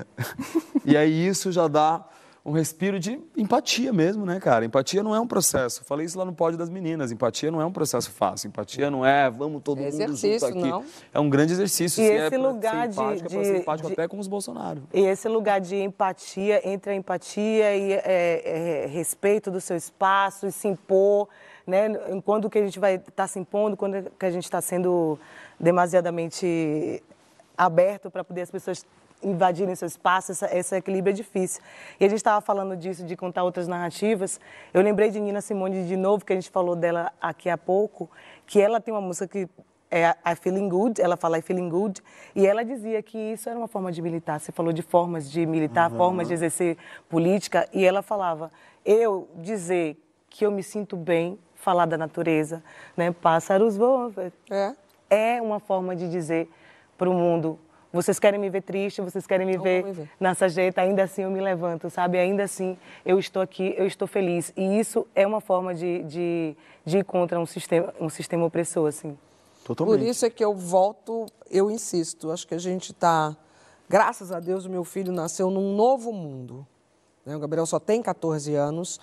Speaker 10: E aí isso já dá um respiro de empatia mesmo, né, cara? Empatia não é um processo. Falei isso lá no pódio das meninas. Empatia não é um processo fácil. Empatia não é, vamos todo
Speaker 5: É
Speaker 10: mundo junto
Speaker 5: exercício,
Speaker 10: aqui.
Speaker 5: não.
Speaker 10: É um grande exercício.
Speaker 12: E
Speaker 10: Se
Speaker 12: esse
Speaker 10: é pra
Speaker 12: lugar
Speaker 10: ser empático,
Speaker 12: de-
Speaker 10: é pra ser
Speaker 12: de-
Speaker 10: empático
Speaker 12: de-
Speaker 10: até com os Bolsonaro.
Speaker 12: E esse lugar de empatia, entre a empatia e é, é, respeito do seu espaço e se impor, né? Quando que a gente vai estar se impondo, quando que a gente está sendo demasiadamente aberto para poder as pessoas invadirem seu espaço, essa, esse equilíbrio é difícil. E a gente estava falando disso, de contar outras narrativas. Eu lembrei de Nina Simone de novo, que a gente falou dela aqui há pouco, que ela tem uma música que é I Feeling Good, ela fala I Feeling Good, e ela dizia que isso era uma forma de militar. Você falou de formas de militar,
Speaker 10: Uhum.
Speaker 12: formas de exercer política, e ela falava, eu dizer que eu me sinto bem, falar da natureza, né? Pássaros voam.
Speaker 5: É.
Speaker 12: É uma forma de dizer para o mundo, vocês querem me ver triste, vocês querem me
Speaker 5: Não
Speaker 12: ver
Speaker 5: vão me ver.
Speaker 12: nessa jeita, ainda assim eu me levanto, sabe? Ainda assim eu estou aqui, eu estou feliz. E isso é uma forma de, de, de ir contra um sistema, um sistema opressor, assim.
Speaker 10: Totalmente.
Speaker 5: Por isso é que eu volto, eu insisto, acho que a gente está, graças a Deus, o meu filho nasceu num novo mundo. né? O Gabriel só tem catorze anos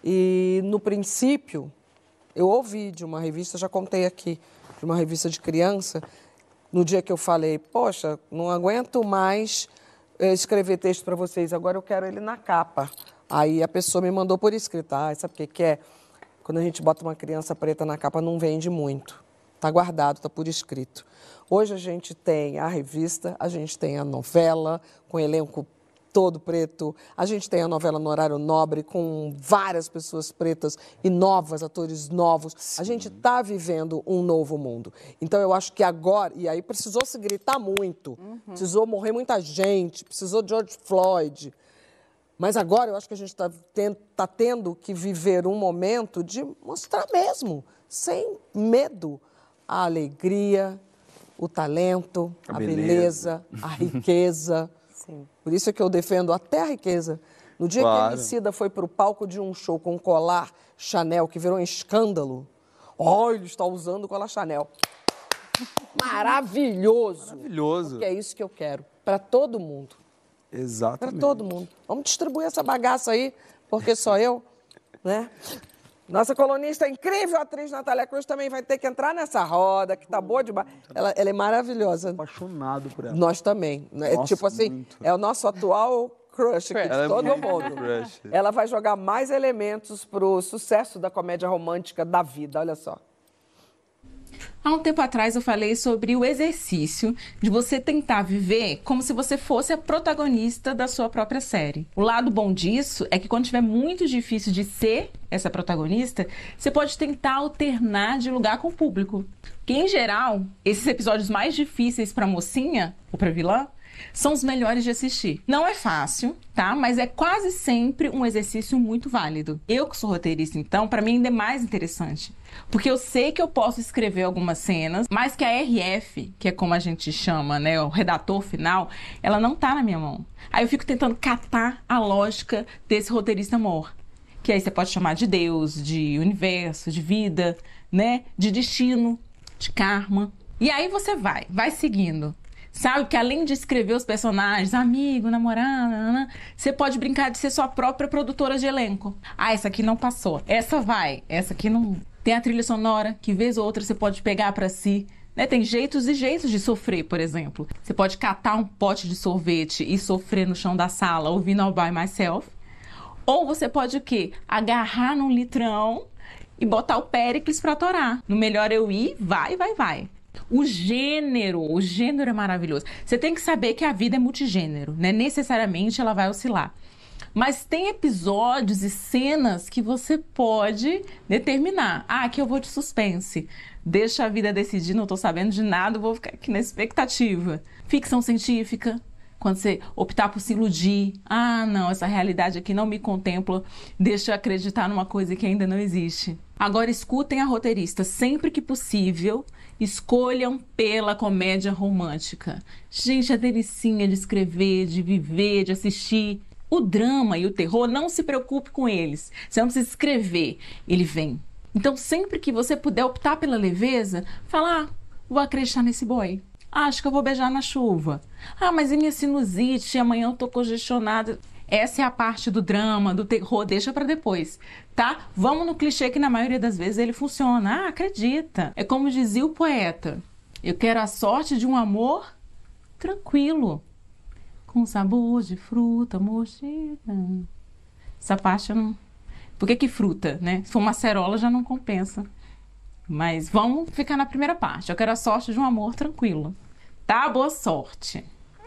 Speaker 5: e, no princípio, eu ouvi de uma revista, já contei aqui, de uma revista de criança, no dia que eu falei, poxa, não aguento mais eh, escrever texto para vocês, agora eu quero ele na capa. Aí a pessoa me mandou por escrito, ah, sabe o que que é? Quando a gente bota uma criança preta na capa, não vende muito. Está guardado, está por escrito. Hoje a gente tem a revista, a gente tem a novela, com elenco todo preto, a gente tem a novela no horário nobre, com várias pessoas pretas e novas, atores novos. Sim. A gente está vivendo um novo mundo. Então, eu acho que agora, e aí precisou se gritar muito, uhum. precisou morrer muita gente, precisou de George Floyd. Mas agora eu acho que a gente está tendo, tá tendo que viver um momento de mostrar mesmo, sem medo, a alegria, o talento, a, a beleza. beleza, a riqueza. Sim. Por isso é que eu defendo até a riqueza. No dia claro. que a Emicida foi para o palco de um show com um colar Chanel, que virou um escândalo, ó, oh, ele está usando o colar Chanel. Maravilhoso.
Speaker 10: Maravilhoso.
Speaker 5: Porque é isso que eu quero, para todo mundo.
Speaker 10: Exatamente.
Speaker 5: Para todo mundo. Vamos distribuir essa bagaça aí, porque só eu, né? Nossa colunista incrível, a atriz Natália Cruz, também vai ter que entrar nessa roda, que tá boa demais. Ela, ela é maravilhosa.
Speaker 10: Apaixonado por ela.
Speaker 5: Nós também. Né?
Speaker 10: Nossa,
Speaker 5: tipo assim, muito. É o nosso atual crush aqui de todo mundo. Crush. Ela vai jogar mais elementos pro sucesso da comédia romântica da vida, olha só.
Speaker 14: Há um tempo atrás eu falei sobre o exercício de você tentar viver como se você fosse a protagonista da sua própria série. O lado bom disso é que quando estiver muito difícil de ser essa protagonista, você pode tentar alternar de lugar com o público. Porque, em geral, esses episódios mais difíceis para mocinha ou para vilã são os melhores de assistir. Não é fácil, tá? Mas é quase sempre um exercício muito válido. Eu que sou roteirista, então, para mim ainda é mais interessante. Porque eu sei que eu posso escrever algumas cenas, mas que a R F, que é como a gente chama, né, o redator final, ela não tá na minha mão. Aí eu fico tentando catar a lógica desse roteirista amor. Que aí você pode chamar de Deus, de universo, de vida, né? De destino, de karma. E aí você vai, vai seguindo. Sabe que além de escrever os personagens, amigo, namorada, você pode brincar de ser sua própria produtora de elenco. Ah, essa aqui não passou. Essa vai. Essa aqui não Tem a trilha sonora, que vez ou outra você pode pegar para si. Né? Tem jeitos e jeitos de sofrer, por exemplo. Você pode catar um pote de sorvete e sofrer no chão da sala ouvindo All By Myself. Ou você pode o quê? Agarrar num litrão e botar o Péricles para torar. No Melhor Eu Ir, vai, vai, vai. O gênero, o gênero é maravilhoso. Você tem que saber que a vida é multigênero, né? Necessariamente ela vai oscilar. Mas tem episódios e cenas que você pode determinar. Ah, aqui eu vou de suspense. Deixa a vida decidir, não estou sabendo de nada, vou ficar aqui na expectativa. Ficção científica, quando você optar por se iludir. Ah, não, essa realidade aqui não me contempla. Deixa eu acreditar numa coisa que ainda não existe. Agora escutem a roteirista, sempre que possível, escolham pela comédia romântica. Gente, é delicinha de escrever, de viver, de assistir. O drama e o terror, não se preocupe com eles. Você não precisa escrever, ele vem. Então, sempre que você puder optar pela leveza, fala, ah, vou acreditar nesse boy. Ah, acho que eu vou beijar na chuva. Ah, mas e minha sinusite? Amanhã eu tô congestionada. Essa é a parte do drama, do terror, deixa pra depois, tá? Vamos no clichê que na maioria das vezes ele funciona. Ah, acredita. É como dizia o poeta. Eu quero a sorte de um amor tranquilo. Com sabor de fruta mordida. Essa parte eu não... Por que que fruta, né? Se for uma acerola já não compensa. Mas vamos ficar na primeira parte. Eu quero a sorte de um amor tranquilo. Tá? Boa sorte.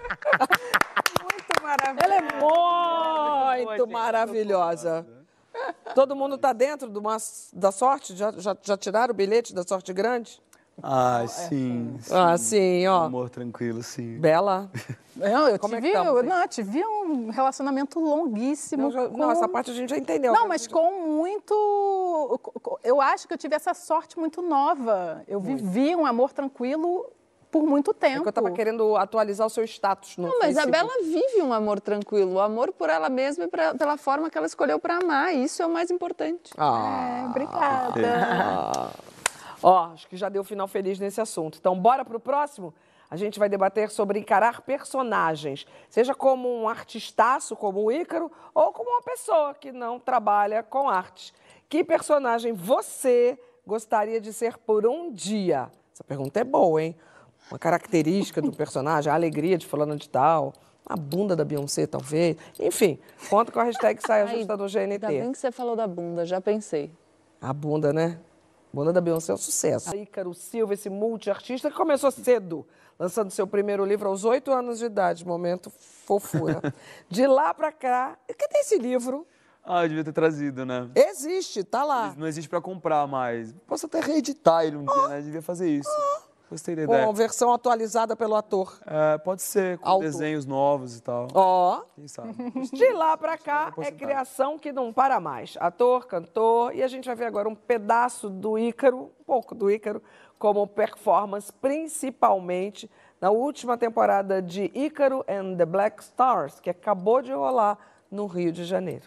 Speaker 5: Muito maravilhosa. Ela é muito maravilhosa. Todo mundo tá dentro de uma, da sorte? Já, já, já tiraram o bilhete da sorte grande?
Speaker 10: Ah, sim. sim.
Speaker 5: Ah, sim, ó.
Speaker 10: Amor tranquilo, sim.
Speaker 5: Bela.
Speaker 13: Não, eu
Speaker 5: Como
Speaker 13: tive,
Speaker 5: é que
Speaker 13: eu, não, eu tive um relacionamento longuíssimo.
Speaker 5: Não, já,
Speaker 13: com...
Speaker 5: não, essa parte a gente já entendeu.
Speaker 13: Não, mas com muito... Eu acho que eu tive essa sorte muito nova. Eu muito. vivi um amor tranquilo por muito tempo.
Speaker 5: É que eu tava querendo atualizar o seu status no
Speaker 3: Não, mas
Speaker 5: Facebook.
Speaker 3: a Bela vive um amor tranquilo. O amor por ela mesma e pra, pela forma que ela escolheu para amar. Isso é o mais importante.
Speaker 5: Ah,
Speaker 13: é, obrigada.
Speaker 5: Ah. Ó, acho que já deu final feliz nesse assunto. Então, bora pro próximo? A gente vai debater sobre encarar personagens, seja como um artistaço, como o Ícaro, ou como uma pessoa que não trabalha com arte. Que personagem você gostaria de ser por um dia? Essa pergunta é boa, hein? Uma característica do personagem, a alegria de fulano de tal, a bunda da Beyoncé, talvez. Enfim, conta com a hashtag Saia Justa do G N T.
Speaker 3: Ainda bem que você falou da bunda, já pensei.
Speaker 5: A bunda, né? A bunda da Beyoncé é um sucesso. Ícaro Silva, esse multiartista que começou cedo, lançando seu primeiro livro aos oito anos de idade, momento fofura. De lá pra cá, cadê esse livro?
Speaker 10: Ah, eu devia ter trazido, né?
Speaker 5: Existe, tá lá.
Speaker 10: Não existe pra comprar mais. Posso até reeditar ele um dia, né? Devia fazer isso. Gostei da ideia.
Speaker 5: Com a versão atualizada pelo ator.
Speaker 10: É, pode ser, com
Speaker 5: Autor.
Speaker 10: desenhos novos e tal.
Speaker 5: Ó.
Speaker 10: Quem sabe?
Speaker 5: De lá pra cá é criação que não para mais. Ator, cantor, e a gente vai ver agora um pedaço do Ícaro, um pouco do Ícaro, como performance, principalmente na última temporada de Ícaro and the Black Stars, que acabou de rolar no Rio de Janeiro.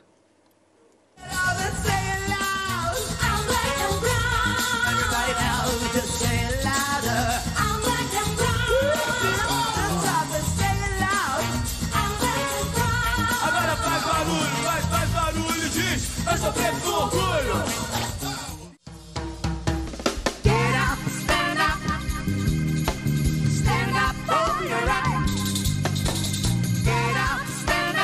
Speaker 7: Agora faz barulho, faz, faz barulho, diz, eu sou preto com orgulho. Get up, stand up, stand up for your right. Get up, stand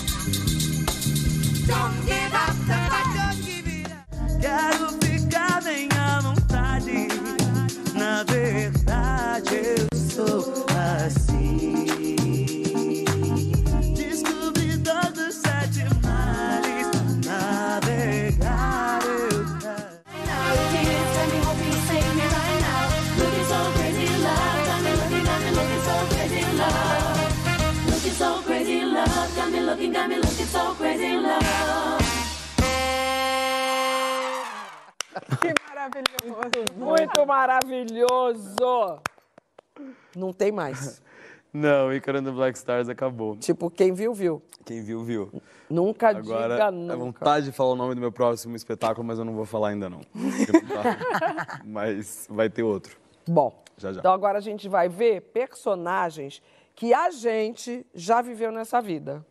Speaker 7: up, don't give up the fight, don't give it up.
Speaker 6: Quero ficar bem à vontade, na verdade eu sou assim. Descobri todos os sete mares, navegar eu quero.
Speaker 13: Que maravilhoso.
Speaker 5: Muito maravilhoso. Não tem mais.
Speaker 10: Não, Ícaro and the Black Stars acabou.
Speaker 5: Tipo, quem viu, viu.
Speaker 10: Quem viu, viu.
Speaker 5: Nunca
Speaker 10: Agora,
Speaker 5: diga
Speaker 10: é
Speaker 5: nunca.
Speaker 10: vontade de falar o nome do meu próximo espetáculo, mas eu não vou falar ainda não. Não tá. Mas vai ter outro.
Speaker 5: Bom,
Speaker 10: já, já.
Speaker 5: Então agora a gente vai ver personagens que a gente já viveu nessa vida.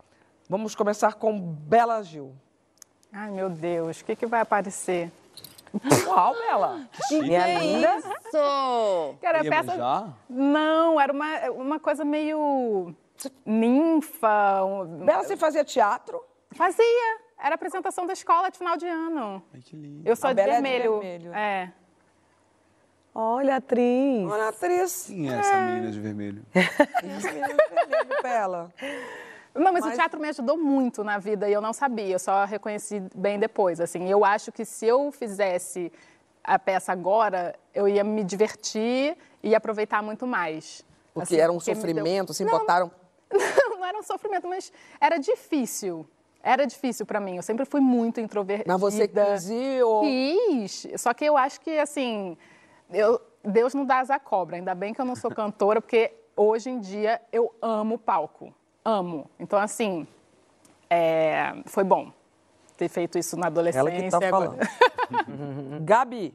Speaker 5: Vamos começar com Bela Gil.
Speaker 13: Ai, meu Deus, o que, que vai aparecer?
Speaker 5: Uau, Bela!
Speaker 13: Que
Speaker 5: Minha
Speaker 13: que é
Speaker 5: linda.
Speaker 13: isso? Cara,
Speaker 10: Ia
Speaker 13: peça...
Speaker 10: manjar?
Speaker 13: Não, era uma, uma coisa meio ninfa. um-
Speaker 5: Bela, você fazia teatro?
Speaker 13: Fazia. Era apresentação da escola de final de ano.
Speaker 10: Ai, que lindo.
Speaker 13: Eu sou
Speaker 5: A
Speaker 13: de
Speaker 5: Bela é de
Speaker 13: vermelho.
Speaker 5: vermelho.
Speaker 13: É.
Speaker 12: Olha, atriz.
Speaker 5: Olha, atriz.
Speaker 10: Quem é essa menina de vermelho?
Speaker 5: Essa menina de vermelho, Bela.
Speaker 13: Não, mas,
Speaker 5: Mas-
Speaker 13: o teatro me ajudou muito na vida e eu não sabia, eu só reconheci bem depois. Assim, eu acho que se eu fizesse a peça agora, eu ia me divertir e aproveitar muito mais.
Speaker 5: Porque
Speaker 13: Assim,
Speaker 5: era um
Speaker 13: porque me deu-
Speaker 5: sofrimento, assim,
Speaker 13: Não,
Speaker 5: botaram...
Speaker 13: Não, não era um sofrimento, mas era difícil. Era difícil pra mim. Eu sempre fui muito introvertida.
Speaker 5: Mas você quis ir ou...
Speaker 13: Quis. Só que eu acho que, assim, eu, Deus não dá asa à cobra. Ainda bem que eu não sou cantora, porque hoje em dia eu amo palco. Amo. Então, assim, é, foi bom ter feito isso na adolescência.
Speaker 5: Ela que tá
Speaker 13: e agora-
Speaker 5: falando. Gabi.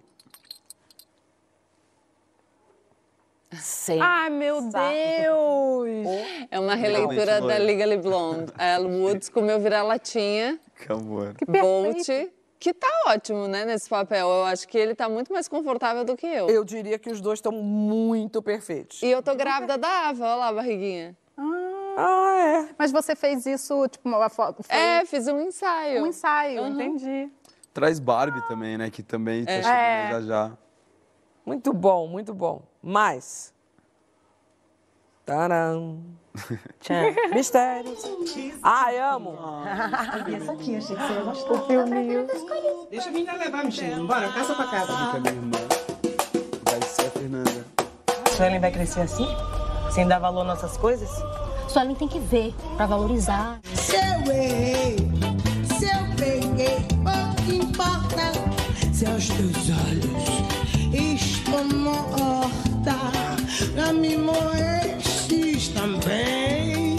Speaker 5: Sem.
Speaker 13: Ai, meu Deus!
Speaker 3: É uma releitura da Legally Blonde. A Elle Woods comeu vira-latinha.
Speaker 10: Que amor.
Speaker 3: Que Bolt, que tá ótimo, né, nesse papel. Eu acho que ele tá muito mais confortável do que eu.
Speaker 5: Eu diria que os dois estão muito perfeitos.
Speaker 3: E eu tô grávida da Ava, olha lá a barriguinha.
Speaker 5: Ah, é.
Speaker 13: Mas você fez isso, tipo, uma foto? Foi
Speaker 3: É, fiz um ensaio.
Speaker 13: um ensaio,
Speaker 3: Uhum.
Speaker 13: entendi.
Speaker 10: Traz Barbie também, né? Que também tá
Speaker 3: É.
Speaker 10: chegando
Speaker 13: É.
Speaker 10: já já.
Speaker 5: Muito bom, muito bom. Mas... Taram. Mistérios. Ai, amo.
Speaker 15: Essa aqui, achei que você ia gostar.
Speaker 12: O filminho.
Speaker 15: Deixa a menina levar, Michelle. Bora, caça pra casa.
Speaker 10: Que a minha irmã vai ser a Fernanda.
Speaker 12: Suelen vai crescer assim? Sem dar valor às nossas coisas?
Speaker 16: Suelen tem que ver pra valorizar.
Speaker 17: Se eu errei, se eu peguei, pouco importa. Se aos teus olhos estou morta, pra me morrestes também.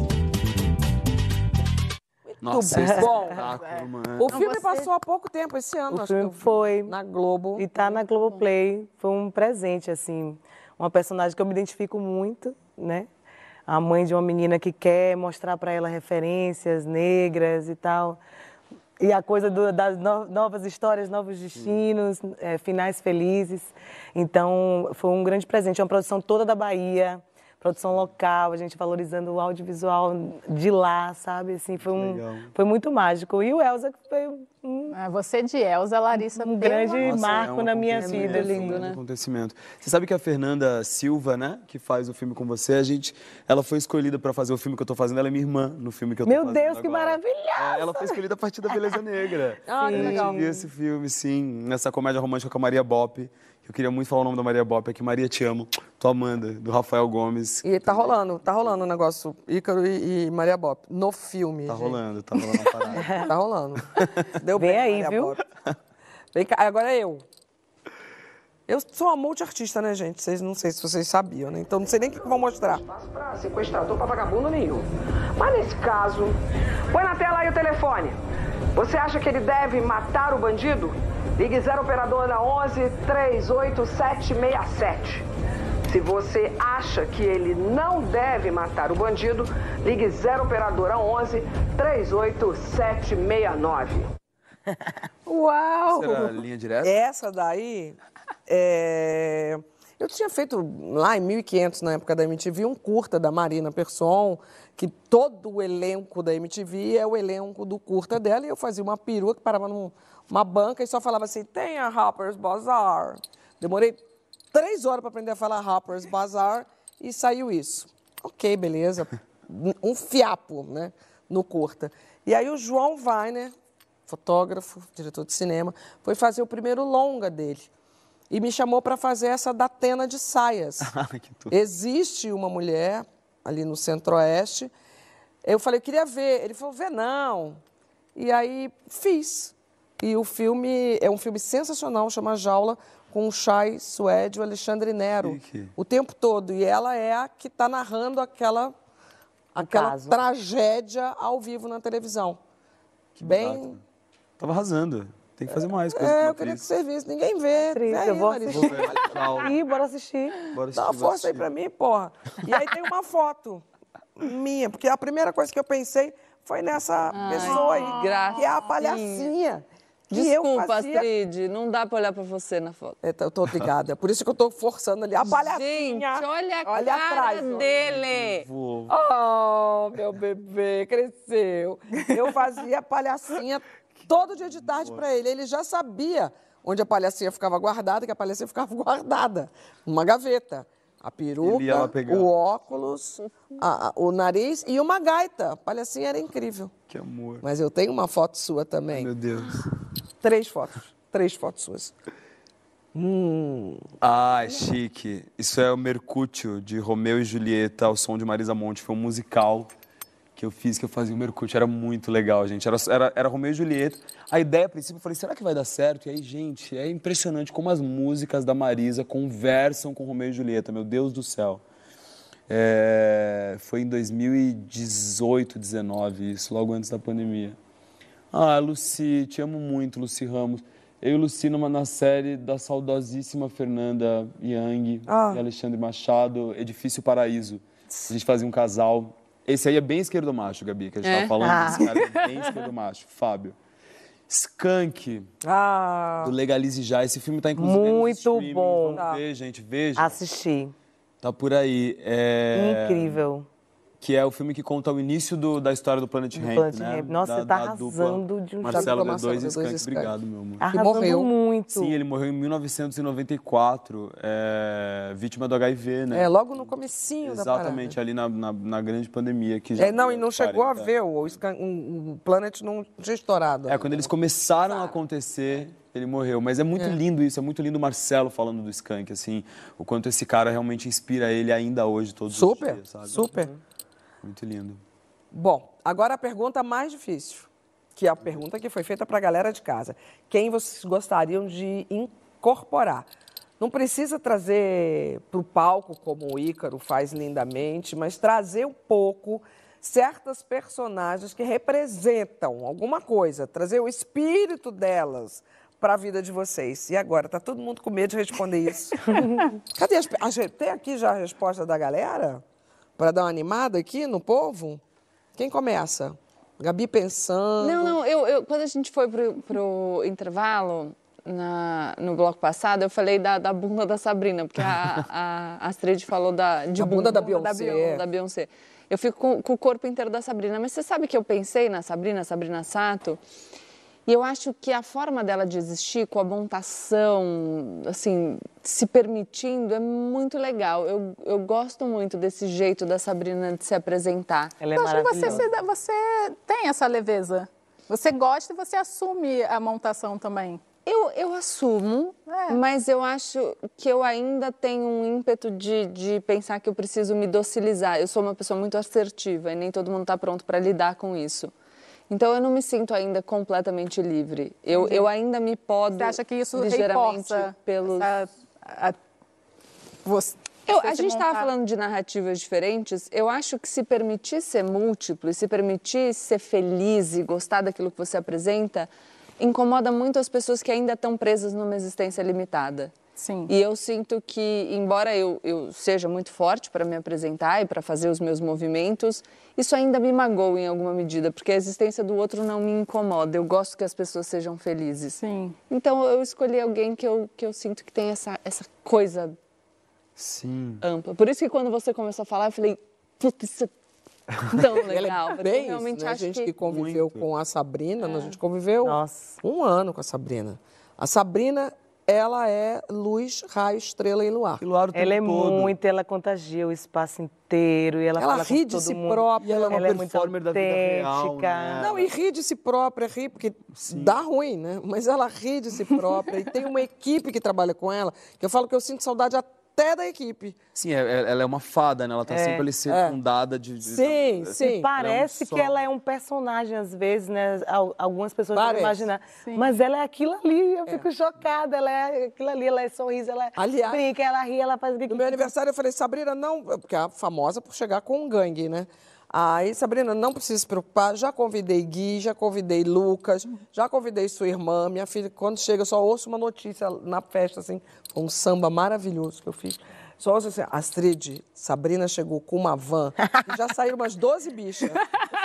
Speaker 10: Nossa,
Speaker 5: Muito
Speaker 10: esse
Speaker 5: bom.
Speaker 10: espetáculo, mano.
Speaker 5: O filme
Speaker 13: você-
Speaker 5: passou há pouco tempo, esse ano,
Speaker 12: O
Speaker 5: acho
Speaker 12: filme
Speaker 5: que eu-
Speaker 12: foi.
Speaker 5: na Globo.
Speaker 12: E tá na Globoplay. Foi um presente, assim. Uma personagem que eu me identifico muito, né? A mãe de uma menina que quer mostrar para ela referências negras e tal. E a coisa do- das no- novas histórias, novos destinos, é, finais felizes. Então, foi um grande presente. É uma produção toda da Bahia, produção local, a gente valorizando o audiovisual de lá, sabe? Assim, foi, um,
Speaker 10: Legal.
Speaker 12: foi muito mágico. E o Elza que foi um,
Speaker 13: Ah, você de Elza, Larissa,
Speaker 12: um
Speaker 13: pelo
Speaker 12: grande
Speaker 13: amor-
Speaker 12: marco
Speaker 10: é um
Speaker 12: na minha
Speaker 10: acontecimento,
Speaker 12: vida.
Speaker 10: é um
Speaker 12: Lindo,
Speaker 13: né?
Speaker 10: acontecimento. Você sabe que a Fernanda Silva, né, que faz o filme com você, a gente, ela foi escolhida para fazer o filme que eu tô fazendo, ela é minha irmã no filme que eu tô
Speaker 12: Meu
Speaker 10: fazendo
Speaker 12: Deus, que
Speaker 10: agora.
Speaker 12: maravilhosa!
Speaker 10: É, ela foi escolhida a partir da Beleza Negra.
Speaker 5: Ah, que
Speaker 10: A gente
Speaker 5: legal.
Speaker 10: viu esse filme, sim, nessa comédia romântica com a Maria Bopp. Eu queria muito falar o nome da Maria Bopp, é que Maria Te Amo, tô Amanda, do Rafael Gomes.
Speaker 5: E tá rolando, tá rolando o negócio Ícaro e, e Maria Bopp no filme.
Speaker 10: Tá
Speaker 5: gente.
Speaker 10: rolando, tá rolando a parada.
Speaker 5: Tá rolando. Deu
Speaker 12: Vem
Speaker 5: bem,
Speaker 12: aí,
Speaker 5: Maria
Speaker 12: viu?
Speaker 5: Bopp. Vem cá, agora eu. Eu sou uma multiartista, né, gente? Vocês não sei se vocês sabiam, né? Então não sei nem o que que vão mostrar.
Speaker 18: Pra sequestrador, pra vagabundo nenhum. Mas nesse caso, põe na tela aí o telefone. Você acha que ele deve matar o bandido? Ligue zero operadora onze, três oito sete seis sete. Se você acha que ele não deve matar o bandido, ligue zero operadora onze, três oito sete seis nove.
Speaker 13: Uau!
Speaker 10: Será linha direta?
Speaker 5: Essa daí, é... eu tinha feito lá em mil e quinhentos, na época da M T V, um curta da Marina Persson, que todo o elenco da M T V é o elenco do curta dela, e eu fazia uma perua que parava numa banca e só falava assim, tem a Harper's Bazaar. Demorei três horas para aprender a falar Harper's Bazaar e saiu isso. Ok, beleza. Um fiapo, né, no curta. E aí o João Weiner, fotógrafo, diretor de cinema, foi fazer o primeiro longa dele. E me chamou para fazer essa da Tena de Saias.
Speaker 10: Que tudo.
Speaker 5: Existe uma mulher ali no Centro-Oeste. Eu falei, eu queria ver. Ele falou, vê não. E aí fiz. E o filme é um filme sensacional, chama Jaula, com o Chay Suede e o Alexandre Nero.
Speaker 10: Chique.
Speaker 5: O tempo todo. E ela é a que está narrando aquela, aquela
Speaker 12: caso.
Speaker 5: tragédia ao vivo na televisão.
Speaker 10: Que
Speaker 5: Bem...
Speaker 10: barato. Tava arrasando. Tem que fazer mais coisas
Speaker 5: É,
Speaker 10: com
Speaker 5: eu
Speaker 10: a
Speaker 5: queria que
Speaker 10: atriz.
Speaker 5: você visse. Ninguém vê.
Speaker 12: Atriz,
Speaker 5: Vem aí,
Speaker 12: eu vou
Speaker 5: Larissa.
Speaker 10: Vou ver. Tchau.
Speaker 12: Ih, bora assistir.
Speaker 10: Bora
Speaker 5: Dá uma
Speaker 10: assistir, vou
Speaker 5: força aí
Speaker 10: assistir.
Speaker 5: pra mim, porra. E aí tem uma foto minha, porque a primeira coisa que eu pensei foi nessa
Speaker 3: Ai,
Speaker 5: pessoa aí,
Speaker 3: gracinha.
Speaker 5: que é a palhacinha. que eu
Speaker 3: Desculpa,
Speaker 5: fazia...
Speaker 3: Astrid, não dá pra olhar pra você na foto.
Speaker 5: É, eu tô obrigada. Por isso que eu tô forçando ali. A palhacinha.
Speaker 3: Gente, olha a
Speaker 5: olha
Speaker 3: cara
Speaker 5: atrás, ó.
Speaker 3: dele.
Speaker 5: Oh, meu bebê, cresceu. Eu fazia palhacinha todo dia de tarde pra ele. Ele já sabia onde a palhacinha ficava guardada, que a palhacinha ficava guardada numa gaveta. A peruca,
Speaker 10: Ele ia lá pegar.
Speaker 5: o óculos, a- a- o nariz e uma gaita. A palhacinha era incrível.
Speaker 10: Que amor.
Speaker 5: Mas eu tenho uma foto sua também.
Speaker 10: Meu Deus.
Speaker 5: Três fotos. Três fotos suas. Hum.
Speaker 10: Ah, é chique. Isso é o Mercúcio, de Romeu e Julieta, ao som de Marisa Monte. Foi um musical que eu fiz, que eu fazia o Mercúcio. Era muito legal, gente. Era, era, era Romeu e Julieta. A ideia, a princípio, eu falei, será que vai dar certo? E aí, gente, é impressionante como as músicas da Marisa conversam com Romeu e Julieta. Meu Deus do céu. É, foi em dois mil e dezoito, dezenove, isso, logo antes da pandemia. Ah, Lucy, te amo muito, Lucy Ramos. Eu e Lucy numa, na série da saudosíssima Fernanda Young
Speaker 5: Ah.
Speaker 10: e Alexandre Machado, Edifício Paraíso. A gente fazia um casal. Esse aí é bem esquerdomacho, Gabi, que a gente
Speaker 5: É?
Speaker 10: tava falando.
Speaker 5: Ah.
Speaker 10: Esse cara é bem esquerdomacho, Fábio. Skank,
Speaker 5: Ah.
Speaker 10: do Legalize Já. Esse filme tá inclusive nos
Speaker 12: Muito
Speaker 10: streamings.
Speaker 12: bom.
Speaker 10: Vamos
Speaker 12: Tá.
Speaker 10: ver, gente, veja.
Speaker 12: Assisti.
Speaker 10: Tá por aí. É...
Speaker 12: Incrível.
Speaker 10: Que é o filme que conta o início do- da história do Planet
Speaker 12: Do
Speaker 10: Hemp,
Speaker 12: Planet
Speaker 10: né?
Speaker 12: Hemp. Nossa,
Speaker 10: Da-
Speaker 12: você tá
Speaker 10: da dupla
Speaker 12: arrasando de um
Speaker 10: Marcelo
Speaker 12: jeito.
Speaker 10: D dois e
Speaker 5: Marcelo D dois
Speaker 10: Skank.
Speaker 5: e Skank.
Speaker 10: Obrigado, meu amor.
Speaker 12: Arrasando
Speaker 5: morreu.
Speaker 12: muito.
Speaker 10: Sim, ele morreu em mil novecentos e noventa e quatro, é, vítima do H I V, né?
Speaker 5: É, logo no comecinho da parada.
Speaker 10: Exatamente, ali na, na, na grande pandemia. Que já
Speaker 5: É, não,
Speaker 10: foi
Speaker 5: e não
Speaker 10: aos
Speaker 5: chegou a
Speaker 10: quarenta.
Speaker 5: ver, o, Skan- o, o Planet não tinha estourado.
Speaker 10: É, quando eles começaram a acontecer, ele morreu. Mas é muito
Speaker 5: É.
Speaker 10: lindo isso, é muito lindo o Marcelo falando do Skank, assim, o quanto esse cara realmente inspira ele ainda hoje, todos
Speaker 5: Super,
Speaker 10: os dias, sabe?
Speaker 5: super.
Speaker 10: Muito lindo.
Speaker 5: Bom, agora a pergunta mais difícil, que é a pergunta que foi feita para a galera de casa. Quem vocês gostariam de incorporar? Não precisa trazer para o palco, como o Ícaro faz lindamente, mas trazer um pouco certas personagens que representam alguma coisa, trazer o espírito delas para a vida de vocês. E agora, tá todo mundo com medo de responder isso. Cadê as, as, tem aqui já a resposta da galera? Para dar uma animada aqui no povo? Quem começa? Gabi pensando.
Speaker 3: Não, não, eu, eu- quando a gente foi pro, pro intervalo, na- no bloco passado, eu falei da, da bunda da Sabrina, porque a, a Astrid falou da, de
Speaker 5: Da bunda da
Speaker 3: Beyon-
Speaker 5: Beyoncé.
Speaker 3: da Beyoncé. Eu fico com, com o corpo inteiro da Sabrina, mas você sabe que eu pensei na Sabrina, Sabrina Sato, e eu acho que a forma dela de existir, com a montação, assim, se permitindo, é muito legal. Eu, eu gosto muito desse jeito da Sabrina de se apresentar.
Speaker 12: Ela é
Speaker 13: Eu acho que você,
Speaker 12: maravilhosa.
Speaker 13: se dá- você tem essa leveza. Você gosta e você assume a montação também.
Speaker 3: Eu, eu assumo, mas eu acho que eu ainda tenho um ímpeto de, de pensar que eu preciso me docilizar. Eu sou uma pessoa muito assertiva e nem todo mundo está pronto para lidar com isso. Então, eu não me sinto ainda completamente livre. Eu,
Speaker 13: Entendi.
Speaker 3: eu ainda me podo
Speaker 13: Você acha que isso
Speaker 3: ligeiramente
Speaker 13: reforça
Speaker 3: pelos...
Speaker 13: essa- a- você,
Speaker 3: Eu,
Speaker 13: você
Speaker 3: a
Speaker 13: se
Speaker 3: gente estava
Speaker 13: montar-
Speaker 3: falando de narrativas diferentes. Eu acho que se permitir ser múltiplo, e se permitir ser feliz e gostar daquilo que você apresenta, incomoda muito as pessoas que ainda estão presas numa existência limitada.
Speaker 13: Sim.
Speaker 3: E eu sinto que, embora eu, eu seja muito forte para me apresentar e para fazer os meus movimentos, isso ainda me magoa em alguma medida, porque a existência do outro não me incomoda. Eu gosto que as pessoas sejam felizes.
Speaker 13: Sim.
Speaker 3: Então eu escolhi alguém que eu, que eu sinto que tem essa, essa coisa
Speaker 10: Sim.
Speaker 3: ampla. Por isso que quando você começou a falar, eu falei, putz, isso é tão legal.
Speaker 5: Ela é
Speaker 3: porque
Speaker 5: bem
Speaker 3: eu realmente
Speaker 5: isso, né? A
Speaker 3: acho
Speaker 5: gente
Speaker 3: que...
Speaker 5: que conviveu
Speaker 3: Muito.
Speaker 5: com a Sabrina, a gente conviveu
Speaker 12: Nossa.
Speaker 5: um ano com a Sabrina. A Sabrina, ela é luz, raio, estrela e luar.
Speaker 12: Ela é muito, ela contagia o espaço inteiro e ela,
Speaker 5: Ela
Speaker 12: fala
Speaker 5: ri
Speaker 12: com
Speaker 5: de
Speaker 12: todo
Speaker 5: si
Speaker 12: mundo.
Speaker 5: própria.
Speaker 12: E ela é uma
Speaker 5: muito
Speaker 12: performer da vida real,
Speaker 5: autêntica.
Speaker 12: né?
Speaker 5: Não, e ri de si própria, ri porque dá ruim, né? Mas ela ri de si própria e tem uma equipe que trabalha com ela, que eu falo que eu sinto saudade até da equipe.
Speaker 10: Sim, é- é- ela é uma fada, né? Ela tá
Speaker 12: É.
Speaker 10: sempre ali circundada de... de-
Speaker 5: Sim,
Speaker 10: de-
Speaker 5: sim.
Speaker 12: E parece
Speaker 10: Ela é um
Speaker 12: que
Speaker 10: sol.
Speaker 12: ela é um personagem, às vezes, né? Al- Algumas pessoas podem
Speaker 5: Parece.
Speaker 12: imaginar. Mas ela é aquilo ali, eu fico chocada. Ela é aquilo ali, ela é sorriso, ela
Speaker 5: Aliás,
Speaker 12: brinca, ela ri, ela faz...
Speaker 5: No meu aniversário eu falei, Sabrina, não... Porque é famosa por chegar com um gangue, né? Aí, Sabrina, não precisa se preocupar. Já convidei Gui, já convidei Lucas, já convidei sua irmã. Minha filha, quando chega, eu só ouço uma notícia na festa, assim, um samba maravilhoso que eu fiz. Só ouço assim, Astrid, Sabrina chegou com uma van e já saíram umas doze bichas. Eu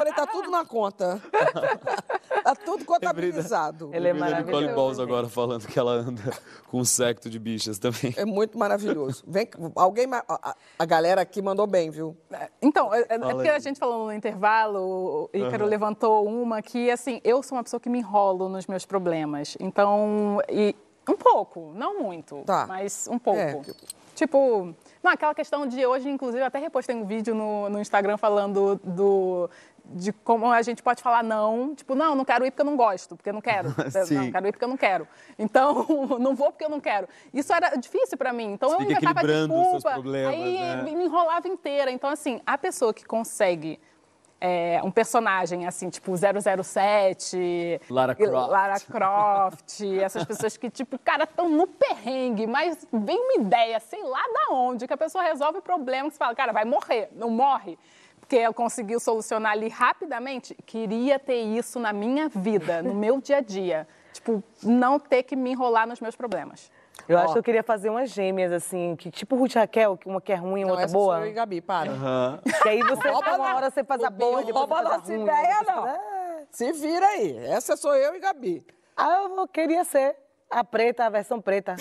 Speaker 5: falei, tá tudo na conta. Tá tudo contabilizado.
Speaker 12: Ele é
Speaker 10: Nicole
Speaker 12: maravilhoso.
Speaker 10: Balls agora falando que ela anda com um secto de bichas também.
Speaker 5: É muito maravilhoso. Vem, alguém, ma- a, a galera aqui mandou bem, viu?
Speaker 13: Então, é, é
Speaker 10: Fala
Speaker 13: porque
Speaker 10: aí.
Speaker 13: a gente falando no intervalo, o Ícaro
Speaker 10: Aham.
Speaker 13: levantou uma que, assim, eu sou uma pessoa que me enrolo nos meus problemas. Então, e um pouco, não muito,
Speaker 5: Tá.
Speaker 13: mas um pouco.
Speaker 5: É.
Speaker 13: Tipo, não, aquela questão de hoje, inclusive, eu até repostei um vídeo no, no Instagram falando do, de como a gente pode falar não. Tipo, não, não quero ir porque eu não gosto, porque eu não quero.
Speaker 10: Sim.
Speaker 13: Não, quero ir porque eu não quero. Então, não vou porque eu não quero. Isso era difícil pra mim. Então,
Speaker 10: Você
Speaker 13: eu
Speaker 10: fica
Speaker 13: inventava
Speaker 10: equilibrando os seus
Speaker 13: desculpa.
Speaker 10: problemas,
Speaker 13: Aí
Speaker 10: né?
Speaker 13: me enrolava inteira. Então, assim, a pessoa que consegue é, um personagem, assim, tipo zero zero sete...
Speaker 10: Lara Croft.
Speaker 13: Lara Croft, essas pessoas que, tipo, cara, estão no perrengue, mas vem uma ideia, sei lá da onde, que a pessoa resolve o problema, que você fala, cara, vai morrer, não morre. Porque ela conseguiu solucionar ali rapidamente. Queria ter isso na minha vida, no meu dia a dia. Tipo, não ter que me enrolar nos meus problemas.
Speaker 12: Eu
Speaker 5: Ó.
Speaker 12: acho que eu queria fazer umas gêmeas, assim, que tipo Ruth e Raquel, que uma que é ruim e
Speaker 5: Não,
Speaker 12: outra
Speaker 5: essa
Speaker 12: boa.
Speaker 5: sou eu e Gabi, para.
Speaker 10: Aham.
Speaker 12: Que aí você,
Speaker 5: Rouba
Speaker 12: uma
Speaker 5: não.
Speaker 12: hora você faz a boa, depois
Speaker 5: Rouba
Speaker 12: você faz a
Speaker 5: nossa
Speaker 12: ruim.
Speaker 5: ideia,
Speaker 12: depois você
Speaker 5: não.
Speaker 12: faz a-
Speaker 5: Se vira aí. Essa sou eu e Gabi.
Speaker 12: Ah, eu queria ser a preta, a versão preta.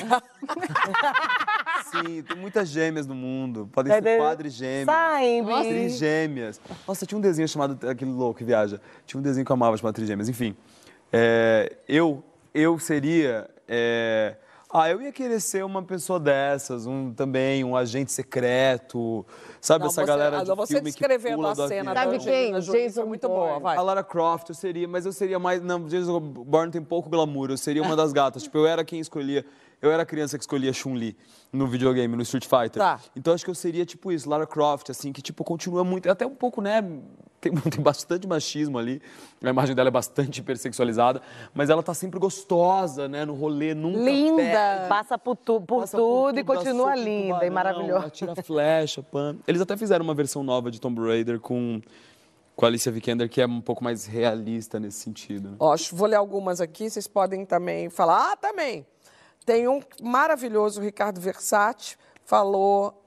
Speaker 10: Sim, tem muitas gêmeas no mundo. Podem
Speaker 12: É
Speaker 10: ser
Speaker 12: de-
Speaker 10: quadrigêmeas.
Speaker 12: Saem, bi.
Speaker 10: Trigêmeas. Nossa, tinha um desenho chamado... Aquele louco que viaja. Tinha um desenho que eu amava chamado Trigêmeas. Enfim, é, eu, eu seria... é, ah, eu ia querer ser uma pessoa dessas, um, também um agente secreto. Sabe
Speaker 5: Não,
Speaker 10: essa
Speaker 5: você-
Speaker 10: galera
Speaker 5: ah,
Speaker 10: de
Speaker 5: não, você
Speaker 10: filme que
Speaker 5: descrevendo
Speaker 10: pula
Speaker 5: a
Speaker 10: do
Speaker 5: cena
Speaker 10: avião.
Speaker 5: da Angelina Jolie foi muito boa, vai.
Speaker 10: A Lara Croft eu seria, mas eu seria mais... Não, Jason Bourne tem pouco glamour, eu seria uma das gatas. Tipo, eu era quem escolhia... Eu era a criança que escolhia Chun-Li no videogame, no Street Fighter.
Speaker 5: Tá.
Speaker 10: Então acho que eu seria tipo isso, Lara Croft, assim, que tipo continua muito... Até um pouco, né... Tem, tem bastante machismo ali. A imagem dela é bastante hipersexualizada. Mas ela tá sempre gostosa, né? No rolê, nunca
Speaker 13: Linda.
Speaker 10: perde.
Speaker 12: Passa por, tu, por
Speaker 10: Passa
Speaker 12: tudo e
Speaker 10: dá
Speaker 12: continua
Speaker 10: soco em
Speaker 12: linda
Speaker 10: tubarão,
Speaker 12: e maravilhosa.
Speaker 10: Atira flecha, pã. Eles até fizeram uma versão nova de Tomb Raider com, com a Alicia Vikander, que é um pouco mais realista nesse sentido. Né?
Speaker 5: Ó, vou ler algumas aqui, vocês podem também falar. Ah, também! Tem um maravilhoso, Ricardo Versace, falou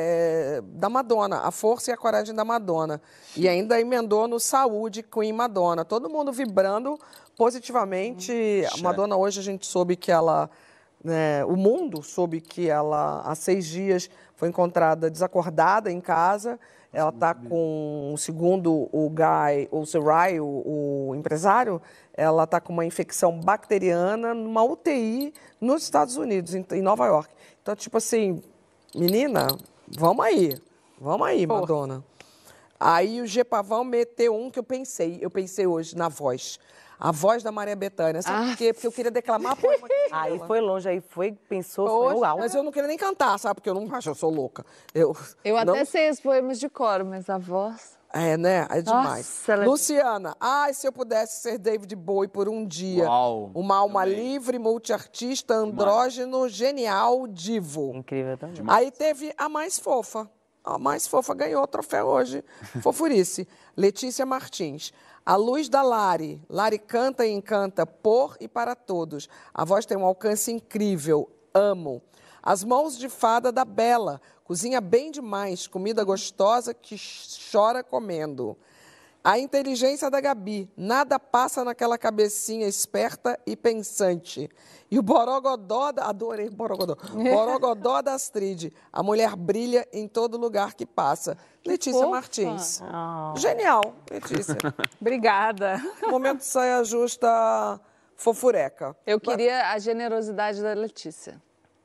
Speaker 5: é, da Madonna, a força e a coragem da Madonna. E ainda emendou no Saúde, Queen Madonna. Todo mundo vibrando positivamente. A Madonna, hoje a gente soube que ela... né, o mundo soube que ela, há seis dias, foi encontrada desacordada em casa. Ela está com, segundo o Guy, ou Serai, o, o empresário, ela está com uma infecção bacteriana numa U T I nos Estados Unidos, em, em Nova York. Então, tipo assim, menina, vamos aí, vamos aí,
Speaker 13: Porra.
Speaker 5: Madonna. Aí o G Pavão meteu um que eu pensei, eu pensei hoje na voz. A voz da Maria Bethânia. Sabe por quê? Porque eu queria declamar a poema aqui.
Speaker 12: Aí foi longe, aí foi, pensou,
Speaker 5: Poxa,
Speaker 12: foi uau.
Speaker 5: mas eu não queria nem cantar, sabe? Porque eu não acho, eu sou louca. Eu,
Speaker 3: Eu
Speaker 5: não-
Speaker 3: até sei os poemas de cor, mas a voz...
Speaker 5: É, né? É demais.
Speaker 3: Nossa, ela é-
Speaker 5: Luciana, ai, se eu pudesse ser David Bowie por um dia.
Speaker 10: Uau,
Speaker 5: Uma alma
Speaker 10: também.
Speaker 5: livre, multiartista, andrógeno, genial, divo.
Speaker 12: Incrível também.
Speaker 5: Aí teve a mais fofa. A mais fofa ganhou o troféu hoje. Fofurice. Letícia Martins. A luz da Lari. Lari canta e encanta por e para todos. A voz tem um alcance incrível. Amo. As mãos de fada da Bela. Cozinha bem demais. Comida gostosa que chora comendo. A inteligência da Gabi. Nada passa naquela cabecinha esperta e pensante. E o borogodó, da... adorei o borogodó. Borogodó da Astrid. A mulher brilha em todo lugar que passa. Letícia
Speaker 13: fofa.
Speaker 5: Martins.
Speaker 12: Ah.
Speaker 5: Genial, Letícia.
Speaker 13: Obrigada.
Speaker 5: Momento saia justa fofureca.
Speaker 3: Eu queria a generosidade da Letícia.